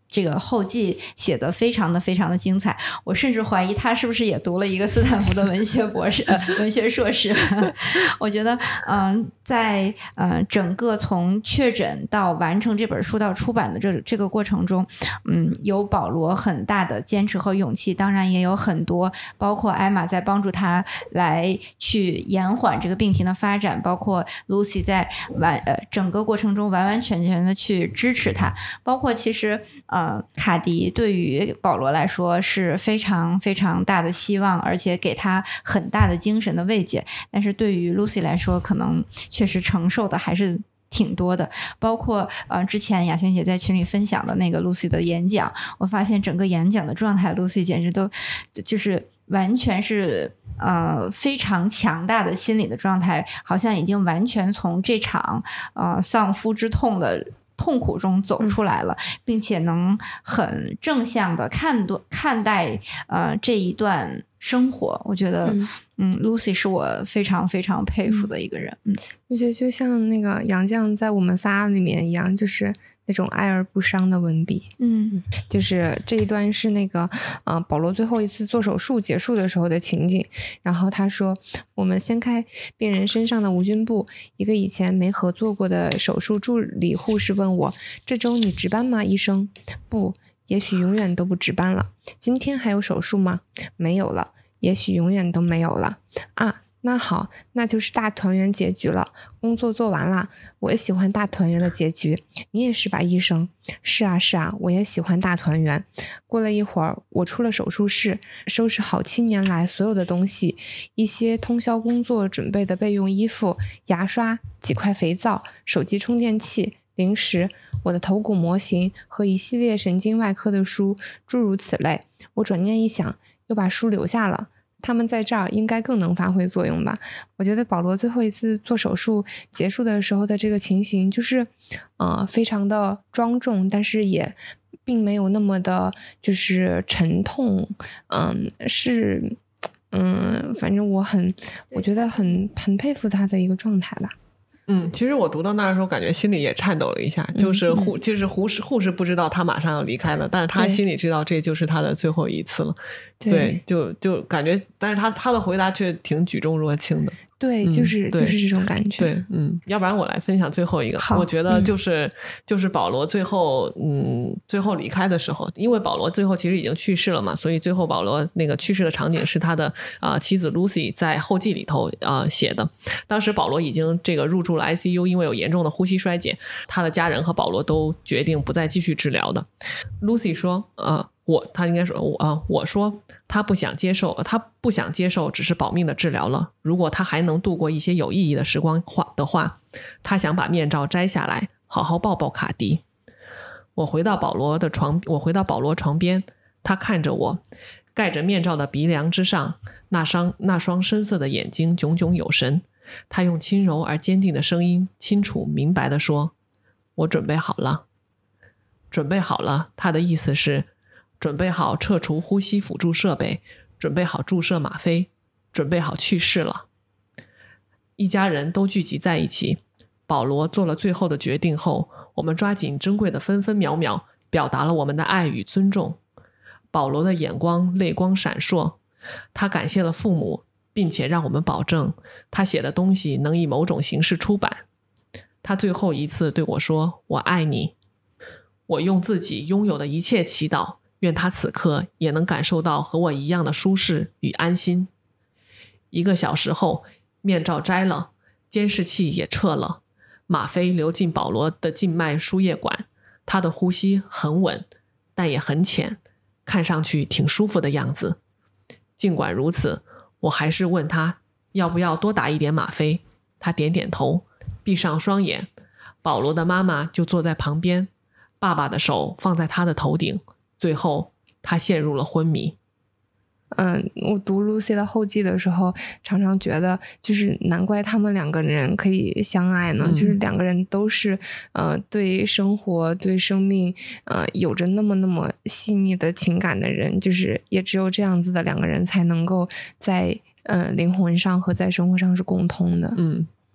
这个后记写的非常的非常的精彩，我甚至怀疑他是不是也读了一个斯坦福的文学博士、呃、文学硕士。我觉得，嗯、呃，在呃整个从确诊到完成这本书到出版的这这个过程中，嗯，有保罗很大的坚持和勇气，当然也有很多，包括艾玛在帮助他来去延缓这个病情的发展，包括 Lucy 在完呃整个过程中完完全全的去支持他，包括其实。呃，卡迪对于保罗来说是非常非常大的希望，而且给他很大的精神的慰藉。但是对于 Lucy 来说，可能确实承受的还是挺多的。包括呃，之前雅欣姐在群里分享的那个 Lucy 的演讲，我发现整个演讲的状态 ，Lucy 简直都就就是完全是呃非常强大的心理的状态，好像已经完全从这场呃丧夫之痛的。痛苦中走出来了，嗯、并且能很正向的看多看待呃这一段生活，我觉得嗯, 嗯 Lucy 是我非常非常佩服的一个人。嗯， 我觉得就像那个杨绛在我们仨里面一样，就是那种爱而不伤的文笔。 嗯， 就是这一段是那个呃保罗最后一次做手术结束的时候的情景，然后他说我们掀开病人身上的无菌布，一个以前没合作过的手术助理护士问我，这周你值班吗医生？不，也许永远都不值班了。今天还有手术吗？没有了，也许永远都没有了。啊，那好，那就是大团圆结局了，工作做完了。我也喜欢大团圆的结局，你也是吧医生？是啊是啊，我也喜欢大团圆。过了一会儿，我出了手术室，收拾好七年来所有的东西，一些通宵工作准备的备用衣服，牙刷，几块肥皂，手机充电器，零食，我的头骨模型和一系列神经外科的书，诸如此类。我转念一想，又把书留下了，他们在这儿应该更能发挥作用吧。我觉得保罗最后一次做手术结束的时候的这个情形就是呃，非常的庄重，但是也并没有那么的就是沉痛。嗯，是嗯，反正我很我觉得很很佩服他的一个状态吧。 嗯，其实我读到那儿的时候，感觉心里也颤抖了一下。就是护，嗯、就是护士，护士不知道他马上要离开了，但是他心里知道这就是他的最后一次了。对，对就就感觉，但是他他的回答却挺举重若轻的。 对，就是、嗯、就是这种感觉。 对，嗯，要不然我来分享最后一个。我觉得就是、嗯、就是保罗最后嗯最后离开的时候，因为保罗最后其实已经去世了嘛，所以最后保罗那个去世的场景是他的啊、呃、妻子 Lucy 在后记里头啊、呃、写的。当时保罗已经这个入住了 I C U， 因为有严重的呼吸衰竭，他的家人和保罗都决定不再继续治疗的。Lucy 说呃我他应该说我啊、呃，我说他不想接受，他不想接受只是保命的治疗了。如果他还能度过一些有意义的时光的话，他想把面罩摘下来，好好抱抱卡迪。我回到保罗的床，我回到保罗床边，他看着我，盖着面罩的鼻梁之上，那双那双深色的眼睛炯炯有神。他用轻柔而坚定的声音，清楚明白地说：“我准备好了。”准备好了，他的意思是。准备好撤除呼吸辅助设备，准备好注射吗啡，准备好去世了。一家人都聚集在一起，保罗做了最后的决定后，我们抓紧珍贵的分分秒秒，表达了我们的爱与尊重。保罗的眼光泪光闪烁，他感谢了父母，并且让我们保证他写的东西能以某种形式出版。他最后一次对我说：“我爱你。”我用自己拥有的一切祈祷，愿他此刻也能感受到和我一样的舒适与安心。一个小时后，面罩摘了，监视器也撤了，吗啡流进保罗的静脉输液管，他的呼吸很稳，但也很浅，看上去挺舒服的样子。尽管如此，我还是问他要不要多打一点吗啡，他点点头，闭上双眼。保罗的妈妈就坐在旁边，爸爸的手放在他的头顶，最后他陷入了昏迷。 嗯，我读 Lucy 的后记的时候，常常觉得就是难怪他们两个人可以相爱呢，嗯、就是两个人都是呃对生活对生命呃有着那么那么细腻的情感的人，就是也只有这样子的两个人才能够在呃灵魂上和在生活上是共通的。 嗯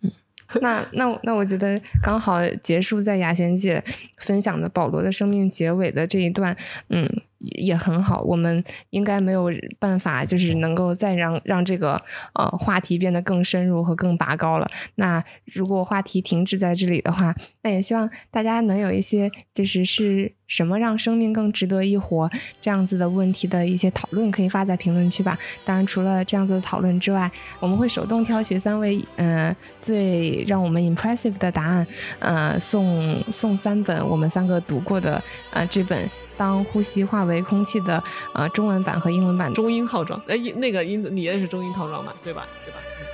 那那那我觉得刚好结束在雅贤姐分享的保罗的生命结尾的这一段，嗯，也很好。我们应该没有办法，就是能够再让让这个呃话题变得更深入和更拔高了。那如果话题停止在这里的话，那也希望大家能有一些就是是什么让生命更值得一活这样子的问题的一些讨论，可以发在评论区吧。当然，除了这样子的讨论之外，我们会手动挑选三位呃最让我们 impressive 的答案，呃送送三本我们三个读过的呃这本当呼吸化为空气的呃中文版和英文版中英套装。哎，那个英你也是中英套装吧？对吧？对吧？